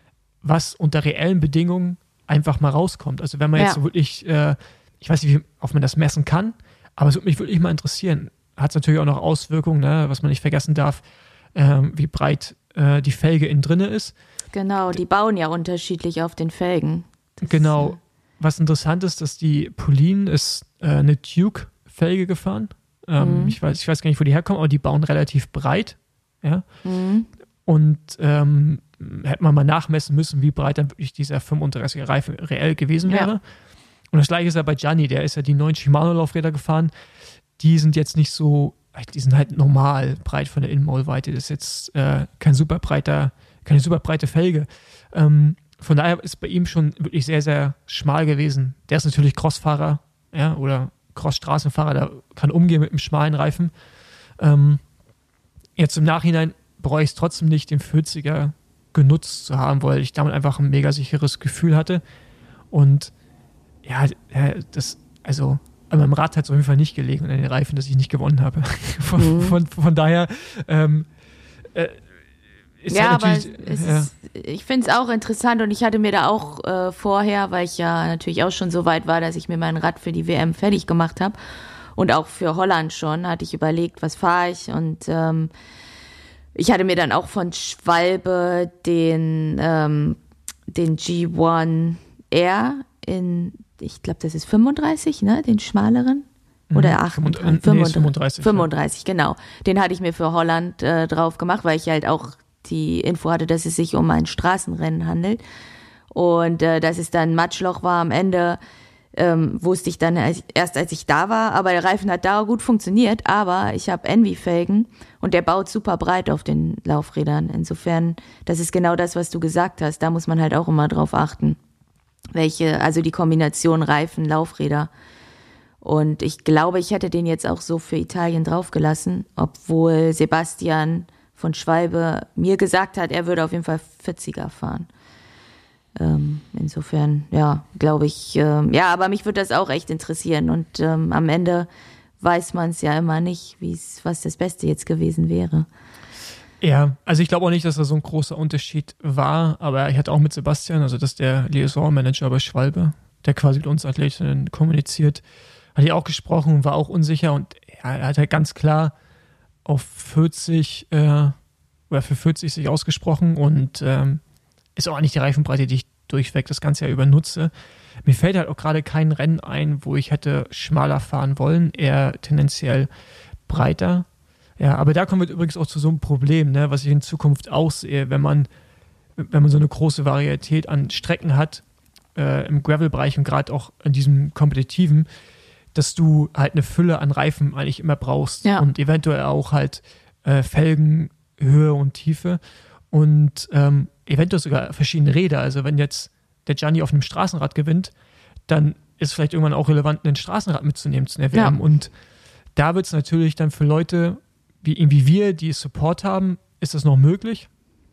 was unter reellen Bedingungen einfach mal rauskommt. Also wenn man jetzt Ja. so wirklich, äh, ich weiß nicht, wie oft man das messen kann, aber es würde mich wirklich mal interessieren. Hat es natürlich auch noch Auswirkungen, ne, was man nicht vergessen darf, ähm, wie breit äh, die Felge innen drinne ist. Genau, die bauen ja unterschiedlich auf den Felgen. Das, Genau. Was interessant ist, dass die Pauline ist äh, eine Duke-Felge gefahren. Ähm, Mhm. ich, weiß, ich weiß gar nicht, wo die herkommen, aber die bauen relativ breit. Ja. äh, mhm. Und ähm, hätte man mal nachmessen müssen, wie breit dann wirklich dieser fünfunddreißiger Reifen reell gewesen wäre. Ja. Und das gleiche ist ja bei Gianni, der ist ja die neuen Shimano-Laufräder gefahren. Die sind jetzt nicht so, die sind halt normal breit von der Innenmaulweite. Das ist jetzt äh, kein super breiter, keine super breite Felge. Ähm, von daher ist bei ihm schon wirklich sehr, sehr schmal gewesen. Der ist natürlich Crossfahrer, ja, oder Cross-Straßenfahrer, der kann umgehen mit einem schmalen Reifen. Ähm, jetzt im Nachhinein bereue ich es trotzdem nicht, den vierziger genutzt zu haben, weil ich damit einfach ein mega sicheres Gefühl hatte. Und ja, das, also an meinem Rad hat es auf jeden Fall nicht gelegen und an den Reifen, dass ich nicht gewonnen habe. von, Mhm. von, von daher ähm, äh, ist Ja, halt aber natürlich, es ja. ist, ich finde es auch interessant und ich hatte mir da auch äh, vorher, weil ich ja natürlich auch schon so weit war, dass ich mir mein Rad für die W M fertig gemacht habe und auch für Holland schon, hatte ich überlegt, was fahre ich und ähm, ich hatte mir dann auch von Schwalbe den, ähm, den G eins R in, ich glaube, das ist fünfunddreißig, ne, den schmaleren. Oder Mhm. achtunddreißig, Nee, ist fünfunddreißig, ja. fünfunddreißig, genau. Den hatte ich mir für Holland äh, drauf gemacht, weil ich halt auch die Info hatte, dass es sich um ein Straßenrennen handelt. Und äh, dass es dann Matschloch war am Ende, ähm, wusste ich dann als, erst, als ich da war. Aber der Reifen hat da gut funktioniert. Aber ich habe Envy-Felgen und der baut super breit auf den Laufrädern. Insofern, das ist genau das, was du gesagt hast. Da muss man halt auch immer drauf achten. Welche, also die Kombination Reifen, Laufräder. Und ich glaube, ich hätte den jetzt auch so für Italien draufgelassen, obwohl Sebastian von Schwalbe mir gesagt hat, er würde auf jeden Fall vierziger fahren. Ähm, insofern, ja, glaube ich, ähm, ja, aber mich würde das auch echt interessieren. Und ähm, am Ende weiß man es ja immer nicht, wie's, was das Beste jetzt gewesen wäre. Ja, also ich glaube auch nicht, dass da so ein großer Unterschied war, aber ich hatte auch mit Sebastian, also das ist der Liaison-Manager bei Schwalbe, der quasi mit uns Athletinnen kommuniziert, hatte ich auch gesprochen, war auch unsicher und ja, er hat halt ganz klar auf vierzig äh, oder für vierzig sich ausgesprochen und ähm, ist auch nicht die Reifenbreite, die ich durchweg das ganze Jahr über nutze. Mir fällt halt auch gerade kein Rennen ein, wo ich hätte schmaler fahren wollen, eher tendenziell breiter. Ja, aber da kommen wir übrigens auch zu so einem Problem, ne, was ich in Zukunft auch sehe, wenn man, wenn man so eine große Varietät an Strecken hat, äh, im Gravel-Bereich und gerade auch in diesem kompetitiven, dass du halt eine Fülle an Reifen eigentlich immer brauchst ja. und eventuell auch halt äh, Felgen, Höhe und Tiefe und ähm, eventuell sogar verschiedene Räder. Also wenn jetzt der Gianni auf einem Straßenrad gewinnt, dann ist es vielleicht irgendwann auch relevant, ein Straßenrad mitzunehmen zu der W M. Ja. Und da wird es natürlich dann für Leute wie irgendwie wir, die Support haben, ist das noch möglich.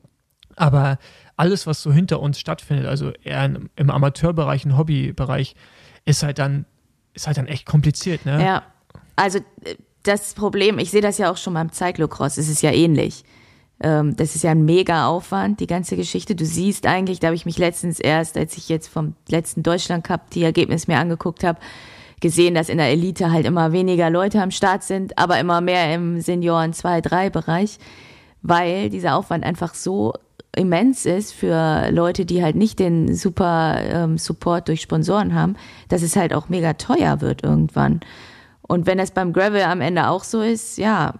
Aber alles, was so hinter uns stattfindet, also eher im Amateurbereich, im Hobbybereich, ist halt dann, ist halt dann echt kompliziert, ne? Ja, also das Problem, ich sehe das ja auch schon beim Cyclocross, es ist ja ähnlich. Das ist ja ein mega Aufwand, die ganze Geschichte. Du siehst eigentlich, da habe ich mich letztens erst, als ich jetzt vom letzten Deutschland-Cup die Ergebnisse mir angeguckt habe, gesehen, dass in der Elite halt immer weniger Leute am Start sind, aber immer mehr im Senioren zwei drei Bereich, weil dieser Aufwand einfach so immens ist für Leute, die halt nicht den super ähm, Support durch Sponsoren haben, dass es halt auch mega teuer wird irgendwann. Und wenn das beim Gravel am Ende auch so ist, ja,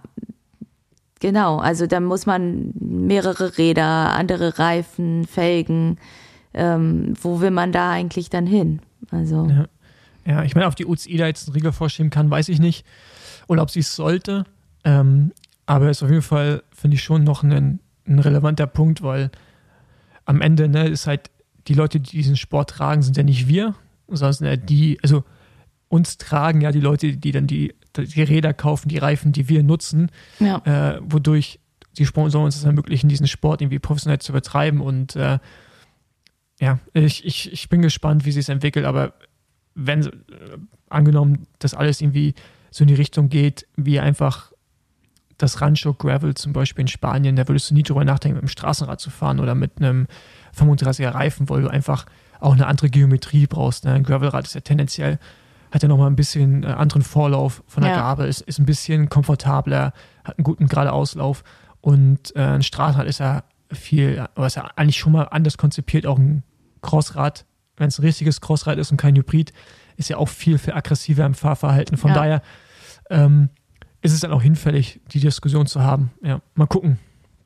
genau, also dann muss man mehrere Räder, andere Reifen, Felgen, ähm, wo will man da eigentlich dann hin? Also ja. Ja, ich meine, ob die U C I da jetzt einen Riegel vorschieben kann, weiß ich nicht. Oder ob sie es sollte. Ähm, aber es ist auf jeden Fall, finde ich, schon noch ein, ein relevanter Punkt, weil am Ende, ne, ist halt, die Leute, die diesen Sport tragen, sind ja nicht wir, sondern sind ja die, also uns tragen ja die Leute, die dann die, die Räder kaufen, die Reifen, die wir nutzen, ja. äh, wodurch die Sponsoren uns das ermöglichen, diesen Sport irgendwie professionell zu betreiben. Und äh, ja, ich, ich, ich bin gespannt, wie sich es entwickelt, aber wenn, äh, angenommen, dass alles irgendwie so in die Richtung geht, wie einfach das Rancho Gravel zum Beispiel in Spanien, da würdest du nie drüber nachdenken, mit einem Straßenrad zu fahren oder mit einem fünfunddreißiger Reifen, weil du einfach auch eine andere Geometrie brauchst. Ne? Ein Gravelrad ist ja tendenziell, hat ja nochmal ein bisschen äh, anderen Vorlauf von der ja. Gabel, ist, ist ein bisschen komfortabler, hat einen guten Geradeauslauf und äh, ein Straßenrad ist ja viel, aber ist ja eigentlich schon mal anders konzipiert, auch ein Crossrad, wenn es ein richtiges Crossrad ist und kein Hybrid, ist ja auch viel, viel aggressiver im Fahrverhalten. Von ja. daher ähm, ist es dann auch hinfällig, die Diskussion zu haben. Ja, mal gucken.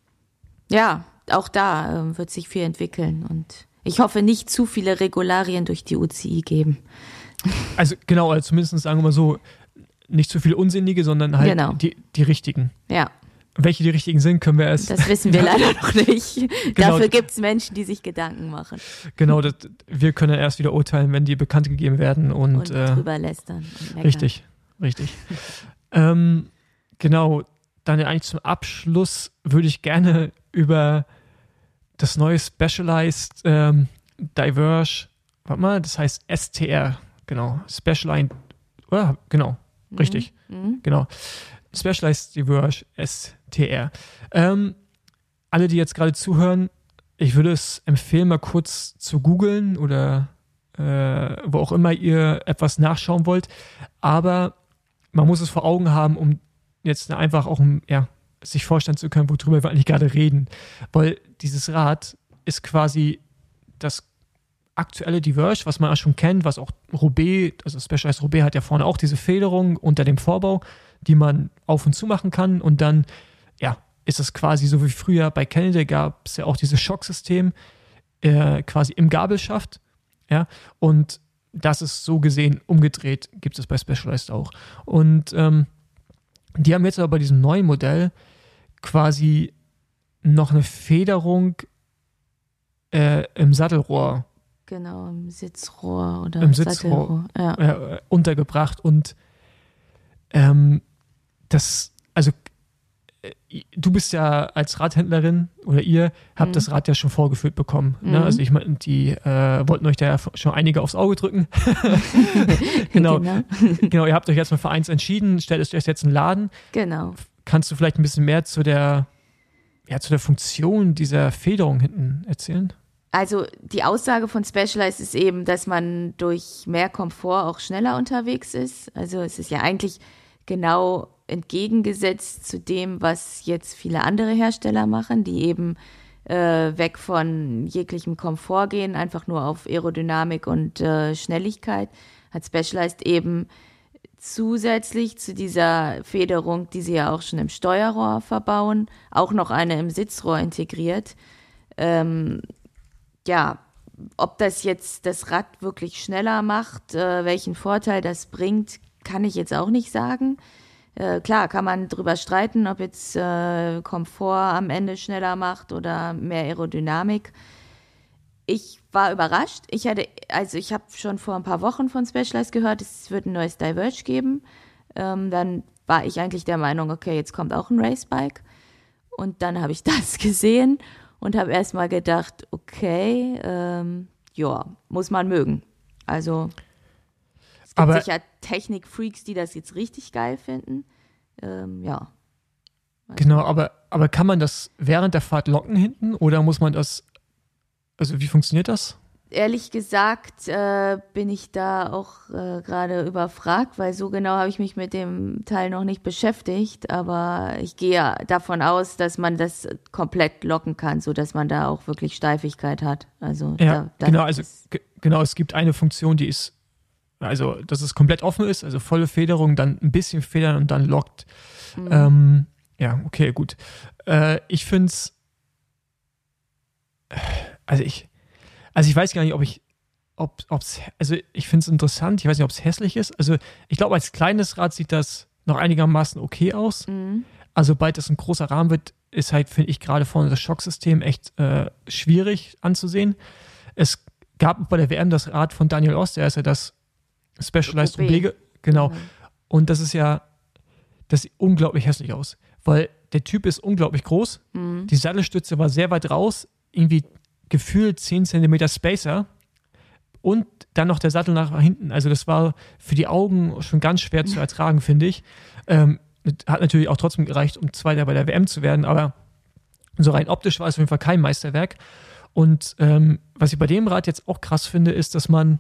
Ja, auch da äh, wird sich viel entwickeln und ich hoffe nicht zu viele Regularien durch die U C I geben. Also genau, also zumindest sagen wir mal so, nicht zu viele unsinnige, sondern halt genau. die, die richtigen. Ja. Welche die richtigen sind, können wir erst... Das wissen wir leider noch nicht. Genau. Dafür gibt es Menschen, die sich Gedanken machen. Genau, das, wir können erst wieder urteilen, wenn die bekannt gegeben werden. Und, und äh, drüber lästern. Und richtig, richtig. ähm, genau, dann eigentlich zum Abschluss würde ich gerne über das neue Specialized ähm, Diverge, warte mal, das heißt S T R, genau, Specialized, oh, genau, mhm. richtig, mhm. genau. Specialized Diverge S T R. Ähm, alle, die jetzt gerade zuhören, ich würde es empfehlen, mal kurz zu googeln oder äh, wo auch immer ihr etwas nachschauen wollt. Aber man muss es vor Augen haben, um jetzt einfach auch um, ja, sich vorstellen zu können, worüber wir eigentlich gerade reden. Weil dieses Rad ist quasi das aktuelle Diverge, was man auch schon kennt, was auch Roubaix, also Specialized Roubaix hat ja vorne auch diese Federung unter dem Vorbau, die man auf und zu machen kann und dann, ja, ist es quasi so wie früher bei Canada gab es ja auch dieses Schocksystem äh, quasi im Gabelschaft, ja, und das ist so gesehen umgedreht, gibt es bei Specialized auch. Und ähm, die haben jetzt aber bei diesem neuen Modell quasi noch eine Federung äh, im Sattelrohr. Genau, im Sitzrohr oder im Sitzrohr ja. äh, untergebracht und ähm, das, also äh, du bist ja als Radhändlerin oder ihr habt mhm. das Rad ja schon vorgeführt bekommen. Mhm. Ne? Also ich meine, die äh, wollten euch da ja schon einige aufs Auge drücken. genau. genau. Genau, ihr habt euch jetzt mal für eins entschieden, stellt euch jetzt einen Laden. Genau. Kannst du vielleicht ein bisschen mehr zu der ja, zu der Funktion dieser Federung hinten erzählen? Also die Aussage von Specialized ist eben, dass man durch mehr Komfort auch schneller unterwegs ist. Also es ist ja eigentlich genau entgegengesetzt zu dem, was jetzt viele andere Hersteller machen, die eben äh, weg von jeglichem Komfort gehen, einfach nur auf Aerodynamik und äh, Schnelligkeit. Hat Specialized eben zusätzlich zu dieser Federung, die sie ja auch schon im Steuerrohr verbauen, auch noch eine im Sitzrohr integriert. Ähm, ja, ob das jetzt das Rad wirklich schneller macht, äh, welchen Vorteil das bringt, kann ich jetzt auch nicht sagen. Äh, klar, kann man drüber streiten, ob jetzt äh, Komfort am Ende schneller macht oder mehr Aerodynamik. Ich war überrascht. Ich hatte, also ich habe schon vor ein paar Wochen von Specialized gehört, es wird ein neues Diverge geben. Ähm, dann war ich eigentlich der Meinung, okay, jetzt kommt auch ein Racebike. Und dann habe ich das gesehen und habe erstmal gedacht, okay, ähm, ja, muss man mögen. Also es gibt Aber sicher Technik-Freaks, die das jetzt richtig geil finden. Ähm, ja. Weiß genau, nicht. aber, aber kann man das während der Fahrt locken hinten oder muss man das, also wie funktioniert das? Ehrlich gesagt äh, bin ich da auch äh, gerade überfragt, weil so genau habe ich mich mit dem Teil noch nicht beschäftigt. Aber ich gehe davon aus, dass man das komplett locken kann, sodass man da auch wirklich Steifigkeit hat. Also Ja, da, da, genau, also das, ge- genau, es gibt eine Funktion, die ist, also dass es komplett offen ist, also volle Federung, dann ein bisschen federn und dann lockt. Mhm. Ähm, ja, okay, gut. Äh, ich finde es, also ich, also ich weiß gar nicht, ob ich, ob es, also ich finde es interessant, ich weiß nicht, ob es hässlich ist. Also ich glaube, als kleines Rad sieht das noch einigermaßen okay aus. Mhm. Also sobald das ein großer Rahmen wird, ist halt, finde ich, gerade vorne das Schocksystem echt äh, schwierig anzusehen. Es gab bei der W M das Rad von Daniel Oss, der ist ja das Specialized O B. Oblege, genau. Mhm. Und das ist ja, das sieht unglaublich hässlich aus, weil der Typ ist unglaublich groß, Mhm. die Sattelstütze war sehr weit raus, irgendwie gefühlt zehn Zentimeter Spacer und dann noch der Sattel nach hinten. Also das war für die Augen schon ganz schwer zu ertragen, finde ich. Ähm, hat natürlich auch trotzdem gereicht, um Zweiter bei der W M zu werden, aber so rein optisch war es auf jeden Fall kein Meisterwerk. Und ähm, was ich bei dem Rad jetzt auch krass finde, ist, dass man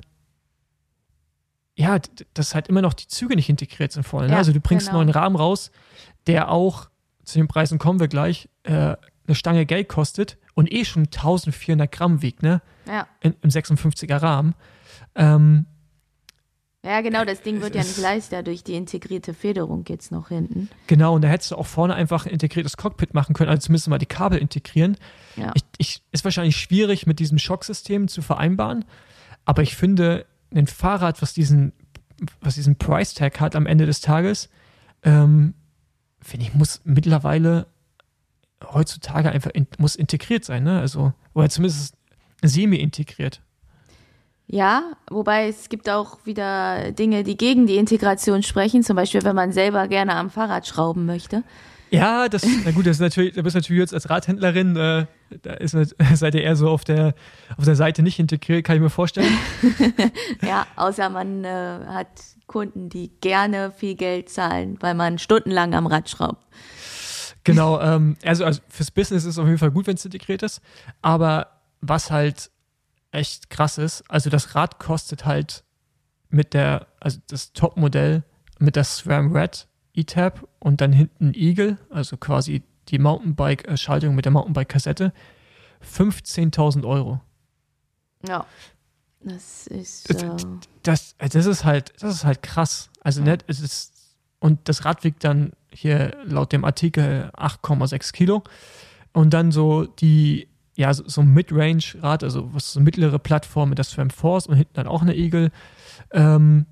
ja, d- dass halt immer noch die Züge nicht integriert sind vorne. Ne? Ja, Also du bringst genau. einen neuen Rahmen raus, der auch, zu den Preisen kommen wir gleich, äh, eine Stange Geld kostet und eh schon eintausendvierhundert Gramm wiegt, ne? Ja. In, Im sechsundfünfziger Rahmen. Ähm, ja, genau, das Ding wird ja Es nicht ist- leichter durch die integrierte Federung jetzt noch hinten. genau, und da hättest du auch vorne einfach ein integriertes Cockpit machen können, also zumindest mal die Kabel integrieren. Ja. Ich, ich, ist wahrscheinlich schwierig mit diesem Schocksystem zu vereinbaren, aber ich finde, ein Fahrrad, was diesen, was diesen Price-Tag hat am Ende des Tages, ähm, finde ich, muss mittlerweile heutzutage einfach in, muss integriert sein, ne? Also, oder zumindest semi-integriert. Ja, wobei es gibt auch wieder Dinge, die gegen die Integration sprechen. Zum Beispiel, wenn man selber gerne am Fahrrad schrauben möchte. Ja, das, na gut, das ist natürlich, da bist du natürlich jetzt als Radhändlerin, äh, da ist, nicht- seid ihr eher so auf der, auf der Seite nicht integriert, kann ich mir vorstellen. Ja, außer man äh, hat Kunden, die gerne viel Geld zahlen, weil man stundenlang am Rad schraubt. Genau, ähm, also, also fürs Business ist es auf jeden Fall gut, wenn es integriert ist, aber was halt echt krass ist, also das Rad kostet halt mit der, also das Topmodell mit der SRAM Red E-Tab und dann hinten Eagle, also quasi die Mountainbike-Schaltung mit der Mountainbike-Kassette, fünfzehntausend Euro. Ja, das ist. Das, Äh, das, das ist halt, das ist halt krass. Also Ja. nicht, es ist, und das Rad wiegt dann hier laut dem Artikel acht Komma sechs Kilo. Und dann so die, ja, so, so ein Mid-Range-Rad, also was so mittlere Plattform mit der SRAM Force und hinten dann auch eine Eagle, ähm,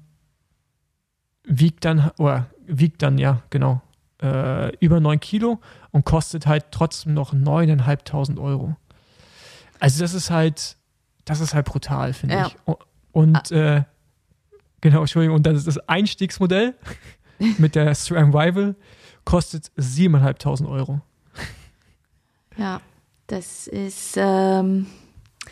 wiegt dann, oder wiegt dann, ja, genau, äh, über neun Kilo und kostet halt trotzdem noch neuntausendfünfhundert Euro. Also das ist halt, das ist halt brutal, finde Ja. ich. O- Und, äh, genau, Entschuldigung, und dann ist das Einstiegsmodell mit der SRAM Rival kostet siebentausendfünfhundert Euro. ja, das ist ähm,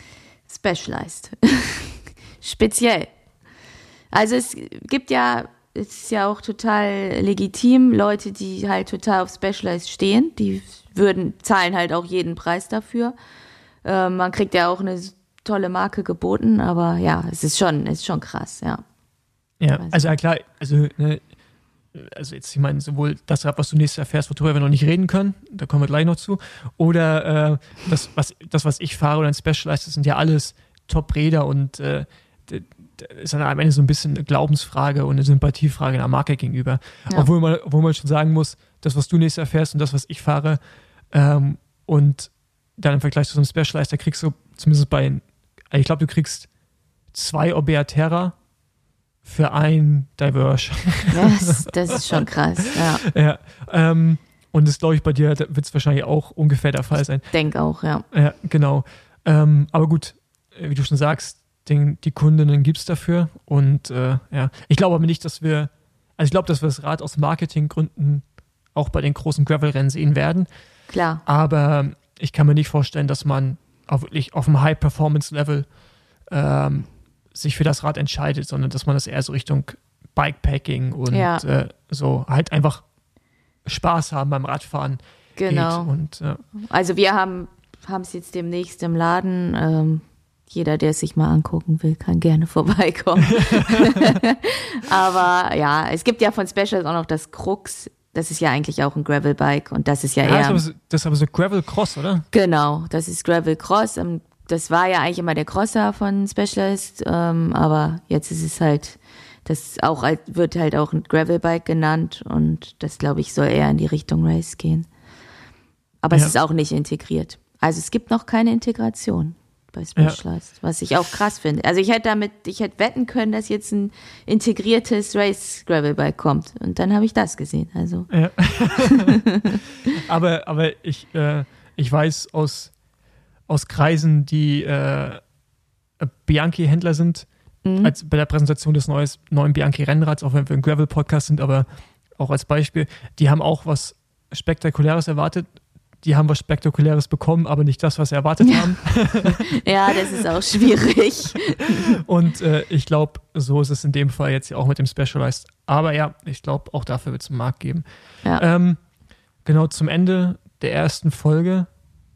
Specialized. Speziell. Also es gibt ja es ist ja auch total legitim. Leute, die halt total auf Specialized stehen, die würden, zahlen halt auch jeden Preis dafür. Äh, man kriegt ja auch eine tolle Marke geboten, aber ja, es ist schon, es ist schon krass, ja. Ja, also ja klar, also, ne, also jetzt, ich meine, sowohl das, was du nächstes Jahr erfährst, worüber wir noch nicht reden können, da kommen wir gleich noch zu, oder äh, das, was, das, was ich fahre oder ein Specialized, das sind ja alles Top-Räder und äh, das ist dann am Ende so ein bisschen eine Glaubensfrage und eine Sympathiefrage einer Marke gegenüber. Ja. Obwohl man, obwohl man schon sagen muss, das, was du nächstes Jahr erfährst und das, was ich fahre, ähm, und dann im Vergleich zu so einem Specialized, da kriegst du zumindest bei, ich glaube, du kriegst zwei Orbea Terra für ein Diverge. Das, das ist schon krass, ja. Ja, ähm, und das glaube ich, bei dir wird es wahrscheinlich auch ungefähr der Fall sein. Ich denke auch, ja. Ja, genau. Ähm, aber gut, wie du schon sagst, den, die Kundinnen gibt es dafür. Und äh, ja, ich glaube aber nicht, dass wir, also ich glaube, dass wir das Rad aus Marketinggründen auch bei den großen Gravel-Rennen sehen werden. Klar. Aber ich kann mir nicht vorstellen, dass man auf, wirklich auf einem High-Performance-Level ähm, sich für das Rad entscheidet, sondern dass man das eher so Richtung Bikepacking und ja. äh, so halt einfach Spaß haben beim Radfahren genau. geht. Und, äh, also wir haben es jetzt demnächst im Laden. Ähm, jeder, der es sich mal angucken will, kann gerne vorbeikommen. Aber ja, es gibt ja von Specials auch noch das Crux. Das ist ja eigentlich auch ein Gravel-Bike und das ist ja, ja eher... Das ist, aber so, das ist aber so Gravel-Cross, oder? Genau, das ist Gravel-Cross. Das war ja eigentlich immer der Crosser von Specialized, ähm, aber jetzt ist es halt, das auch wird halt auch ein Gravel-Bike genannt und das, glaube ich, soll eher in die Richtung Race gehen. Aber ja. Es ist auch nicht integriert. Also es gibt noch keine Integration bei Specialized, ja. Was ich auch krass finde. Also ich hätte damit, ich hätte wetten können, dass jetzt ein integriertes Race-Gravel-Bike kommt und dann habe ich das gesehen. Also. Ja. aber, aber ich, äh, ich weiß aus aus Kreisen, die äh, Bianchi-Händler sind, mhm. als bei der Präsentation des neues, neuen Bianchi-Rennrads, auch wenn wir ein Gravel-Podcast sind, aber auch als Beispiel, die haben auch was Spektakuläres erwartet. Die haben was Spektakuläres bekommen, aber nicht das, was sie erwartet ja. haben. Ja, das ist auch schwierig. Und äh, ich glaube, so ist es in dem Fall jetzt ja auch mit dem Specialized. Aber ja, ich glaube, auch dafür wird es einen Markt geben. Ja. Ähm, genau zum Ende der ersten Folge.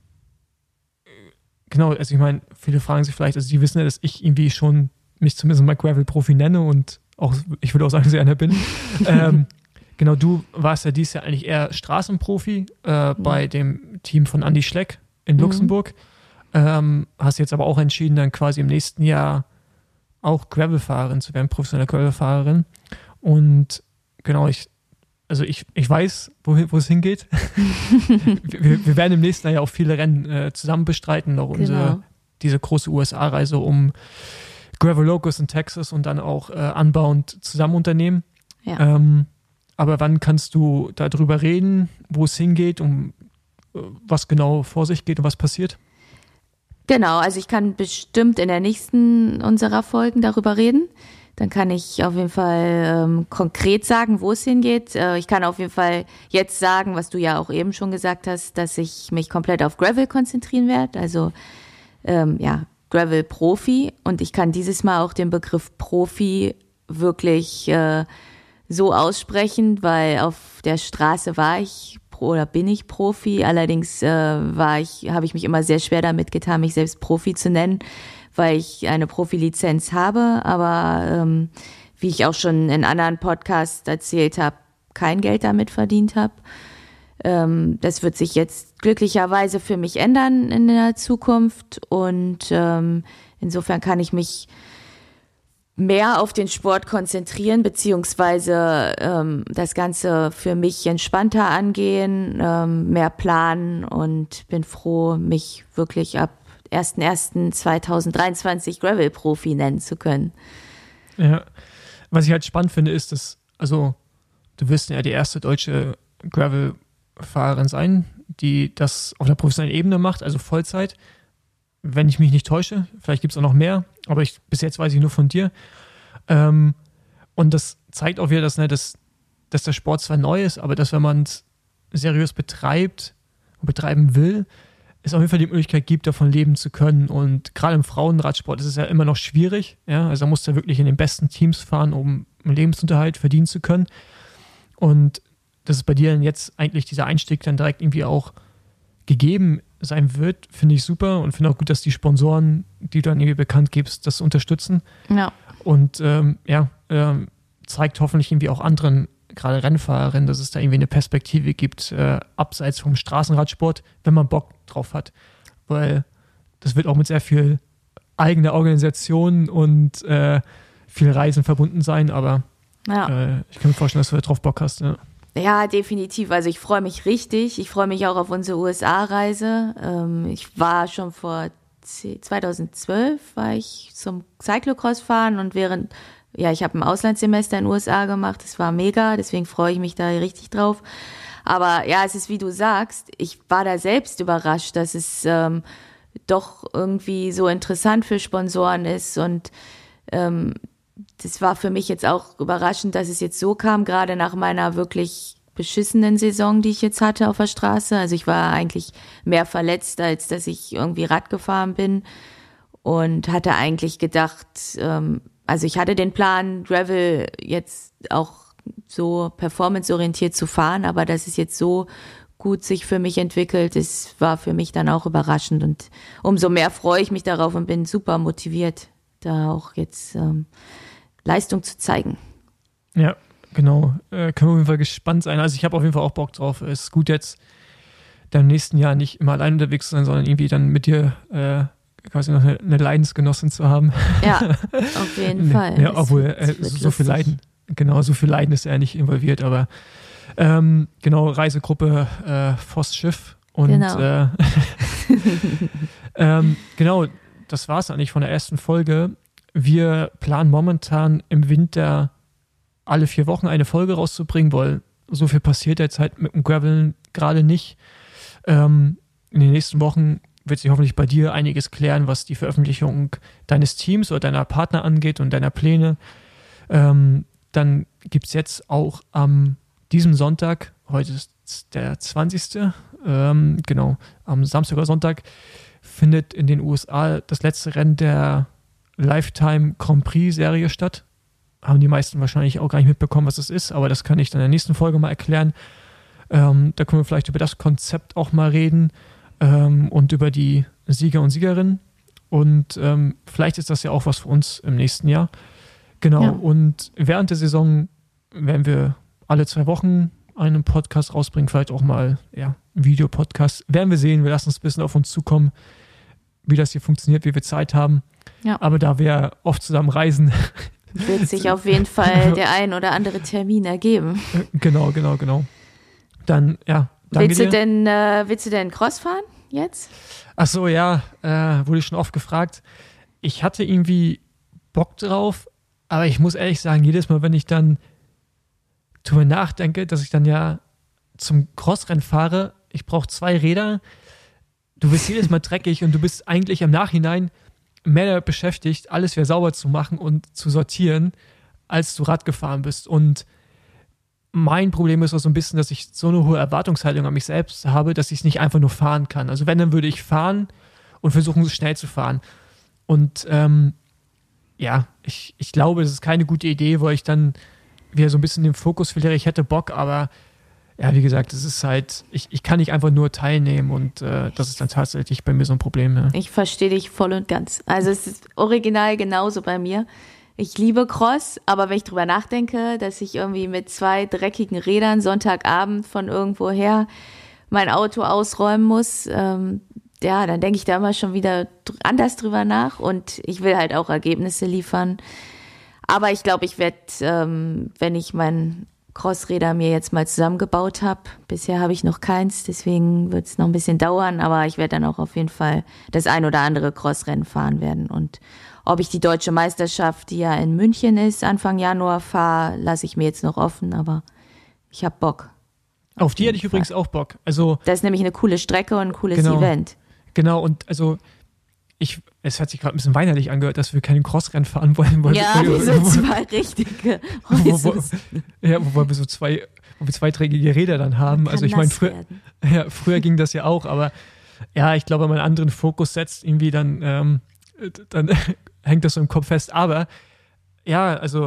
Genau, also ich meine, viele fragen sich vielleicht, also die wissen ja, dass ich irgendwie schon mich zumindest mal Gravel-Profi nenne und auch, ich würde auch sagen, dass ich einer bin. ähm, genau, du warst ja dieses Jahr eigentlich eher Straßenprofi äh, mhm. bei dem Team von Andy Schleck in mhm. Luxemburg. Ähm, hast jetzt aber auch entschieden, dann quasi im nächsten Jahr auch Gravel-Fahrerin zu werden, professionelle Gravel-Fahrerin. Und genau, ich Also ich, ich weiß, wohin, wo es hingeht. wir, wir werden im nächsten Jahr ja auch viele Rennen äh, zusammen bestreiten, noch unsere, genau. diese große U S A-Reise um Gravel Locus in Texas und dann auch äh, Unbound zusammen unternehmen. Ja. Ähm, aber wann kannst du darüber reden, wo es hingeht, um äh, was genau vor sich geht und was passiert? Genau, also ich kann bestimmt in der nächsten unserer Folgen darüber reden. Dann kann ich auf jeden Fall ähm, konkret sagen, wo es hingeht. Äh, ich kann auf jeden Fall jetzt sagen, was du ja auch eben schon gesagt hast, dass ich mich komplett auf Gravel konzentrieren werde. Also ähm, ja, Gravel-Profi. Und ich kann dieses Mal auch den Begriff Profi wirklich äh, so aussprechen, weil auf der Straße war ich oder bin ich Profi. Allerdings äh, war ich, habe ich mich immer sehr schwer damit getan, mich selbst Profi zu nennen, weil ich eine Profilizenz habe, aber ähm, wie ich auch schon in anderen Podcasts erzählt habe, kein Geld damit verdient habe. Ähm, das wird sich jetzt glücklicherweise für mich ändern in der Zukunft und ähm, insofern kann ich mich mehr auf den Sport konzentrieren, beziehungsweise ähm, das Ganze für mich entspannter angehen, ähm, mehr planen und bin froh, mich wirklich ab erster erster zweitausenddreiundzwanzig Gravel-Profi nennen zu können. Ja, was ich halt spannend finde, ist, dass, also du wirst ja die erste deutsche Gravel-Fahrerin sein, die das auf einer professionellen Ebene macht, also Vollzeit, wenn ich mich nicht täusche. Vielleicht gibt es auch noch mehr, aber ich, bis jetzt weiß ich nur von dir. Ähm, und das zeigt auch wieder, dass, ne, dass, dass der Sport zwar neu ist, aber dass, wenn man es seriös betreibt und betreiben will, es auf jeden Fall die Möglichkeit gibt, davon leben zu können. Und gerade im Frauenradsport ist es ja immer noch schwierig. Ja? Also da musst du ja wirklich in den besten Teams fahren, um einen Lebensunterhalt verdienen zu können. Und dass es bei dir dann jetzt eigentlich dieser Einstieg dann direkt irgendwie auch gegeben sein wird, finde ich super und finde auch gut, dass die Sponsoren, die du dann irgendwie bekannt gibst, das unterstützen. Ja. Und ähm, ja, ähm, zeigt hoffentlich irgendwie auch anderen, gerade Rennfahrerinnen, dass es da irgendwie eine Perspektive gibt, äh, abseits vom Straßenradsport, wenn man Bock drauf hat. Weil das wird auch mit sehr viel eigener Organisation und äh, viel Reisen verbunden sein, aber Ja. äh, ich kann mir vorstellen, dass du drauf Bock hast. Ja. Ja, definitiv. Also ich freue mich richtig. Ich freue mich auch auf unsere U S A-Reise. Ähm, ich war schon vor zweitausendzwölf war ich zum Cyclocross fahren und während, ja, ich habe ein Auslandssemester in den U S A gemacht. Das war mega, deswegen freue ich mich da richtig drauf. Aber ja, es ist wie du sagst, ich war da selbst überrascht, dass es ähm, doch irgendwie so interessant für Sponsoren ist und ähm, das war für mich jetzt auch überraschend, dass es jetzt so kam, gerade nach meiner wirklich beschissenen Saison, die ich jetzt hatte auf der Straße. Also ich war eigentlich mehr verletzt, als dass ich irgendwie Rad gefahren bin und hatte eigentlich gedacht, ähm, also ich hatte den Plan, Gravel jetzt auch so performanceorientiert zu fahren, aber dass es jetzt so gut sich für mich entwickelt, das war für mich dann auch überraschend und umso mehr freue ich mich darauf und bin super motiviert, da auch jetzt ähm, Leistung zu zeigen. Ja, genau. Äh, können wir auf jeden Fall gespannt sein. Also ich habe auf jeden Fall auch Bock drauf. Es ist gut jetzt dann im nächsten Jahr nicht immer allein unterwegs zu sein, sondern irgendwie dann mit dir äh, quasi noch eine, eine Leidensgenossin zu haben. Ja, auf jeden nee, Fall. Ja, das obwohl wird, äh, wird so viel Leiden, genau, so viel Leiden ist er nicht involviert, aber ähm, genau, Reisegruppe äh, Voss Schiff und Genau. Äh, ähm, genau, das war es eigentlich von der ersten Folge. Wir planen momentan im Winter alle vier Wochen eine Folge rauszubringen, weil so viel passiert jetzt halt mit dem Graveln gerade nicht. Ähm, in den nächsten Wochen wird sich hoffentlich bei dir einiges klären, was die Veröffentlichung deines Teams oder deiner Partner angeht und deiner Pläne. Ähm, dann gibt es jetzt auch am diesem Sonntag, heute ist der zwanzigste Ähm, genau, am Samstag oder Sonntag findet in den U S A das letzte Rennen der Lifetime Grand Prix Serie statt. Haben die meisten wahrscheinlich auch gar nicht mitbekommen, was das ist, aber das kann ich dann in der nächsten Folge mal erklären. Ähm, da können wir vielleicht über das Konzept auch mal reden ähm, und über die Sieger und Siegerinnen. Und ähm, vielleicht ist das ja auch was für uns im nächsten Jahr. Genau, Ja. und während der Saison werden wir alle zwei Wochen einen Podcast rausbringen, vielleicht auch mal ja, einen Videopodcast. Werden wir sehen, wir lassen uns ein bisschen auf uns zukommen, wie das hier funktioniert, wie wir Zeit haben. Ja. Aber da wir oft zusammen reisen, Wird sich auf jeden Fall der ein oder andere Termin ergeben. genau, genau, genau. Dann, ja, danke Willst dir. du denn, äh, willst du denn Cross fahren jetzt? Ach so, ja, äh, wurde ich schon oft gefragt. Ich hatte irgendwie Bock drauf, aber ich muss ehrlich sagen, jedes Mal, wenn ich dann drüber nachdenke, dass ich dann ja zum Crossrennen fahre, ich brauche zwei Räder, du bist jedes Mal dreckig und du bist eigentlich im Nachhinein mehr damit beschäftigt, alles wieder sauber zu machen und zu sortieren, als du Rad gefahren bist. Und mein Problem ist auch so ein bisschen, dass ich so eine hohe Erwartungshaltung an mich selbst habe, dass ich es nicht einfach nur fahren kann. Also wenn, dann würde ich fahren und versuchen, so schnell zu fahren. Und ähm, ja, ich, ich glaube, das ist keine gute Idee, weil ich dann wieder so ein bisschen den Fokus verliere. Ich hätte Bock, aber ja, wie gesagt, es ist halt, ich, ich kann nicht einfach nur teilnehmen und äh, das ist dann tatsächlich bei mir so ein Problem. Ja. Ich verstehe dich voll und ganz. Also es ist original genauso bei mir. Ich liebe Cross, aber wenn ich drüber nachdenke, dass ich irgendwie mit zwei dreckigen Rädern Sonntagabend von irgendwoher mein Auto ausräumen muss, ähm, ja, dann denke ich da immer schon wieder anders drüber nach und ich will halt auch Ergebnisse liefern. Aber ich glaube, ich werde, ähm, wenn ich mein Crossräder mir jetzt mal zusammengebaut habe, bisher habe ich noch keins, deswegen wird es noch ein bisschen dauern, aber ich werde dann auch auf jeden Fall das ein oder andere Crossrennen fahren werden. Und ob ich die deutsche Meisterschaft, die ja in München ist, Anfang Januar fahre, lasse ich mir jetzt noch offen, aber ich habe Bock. Auf, auf die hätte ich Fall. übrigens auch Bock. Also, das ist nämlich eine coole Strecke und ein cooles genau, Event. Genau, und also ich, es hat sich gerade ein bisschen weinerlich angehört, dass wir keinen Crossrennen fahren wollen. Weil ja, wir, wie so zwei richtige wo, wo, Ja, wo wir so zwei, wo wir zweiträgige Räder dann haben. Also ich meine, früher, ja, früher ging das ja auch, aber ja, ich glaube, wenn man einen anderen Fokus setzt, irgendwie dann, ähm, dann hängt das so im Kopf fest. Aber ja, also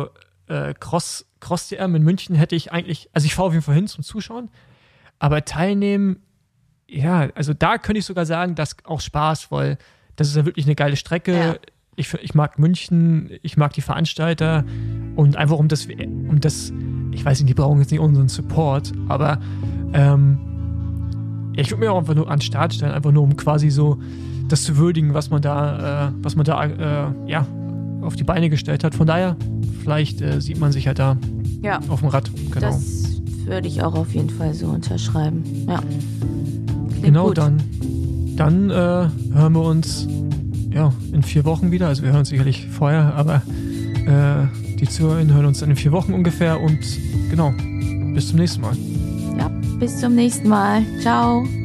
äh, Cross, Cross-D M in München hätte ich eigentlich, also ich fahre auf jeden Fall hin zum Zuschauen, aber teilnehmen, ja, also da könnte ich sogar sagen, dass auch Spaß, weil das ist ja wirklich eine geile Strecke. Ja. Ich, ich mag München, ich mag die Veranstalter und einfach um das, um das, ich weiß nicht, die brauchen jetzt nicht unseren Support, aber ähm, ich würde mir auch einfach nur an den Start stellen, einfach nur um quasi so das zu würdigen, was man da, äh, was man da, äh, ja, auf die Beine gestellt hat. Von daher, vielleicht äh, sieht man sich halt da Ja, auf dem Rad. Genau, das würde ich auch auf jeden Fall so unterschreiben. Ja. Klingt genau gut. dann, dann äh, hören wir uns ja, in vier Wochen wieder. Also wir hören uns sicherlich vorher, aber äh, die Zuhörerinnen hören uns dann in vier Wochen ungefähr und genau, bis zum nächsten Mal. Ja, bis zum nächsten Mal. Ciao.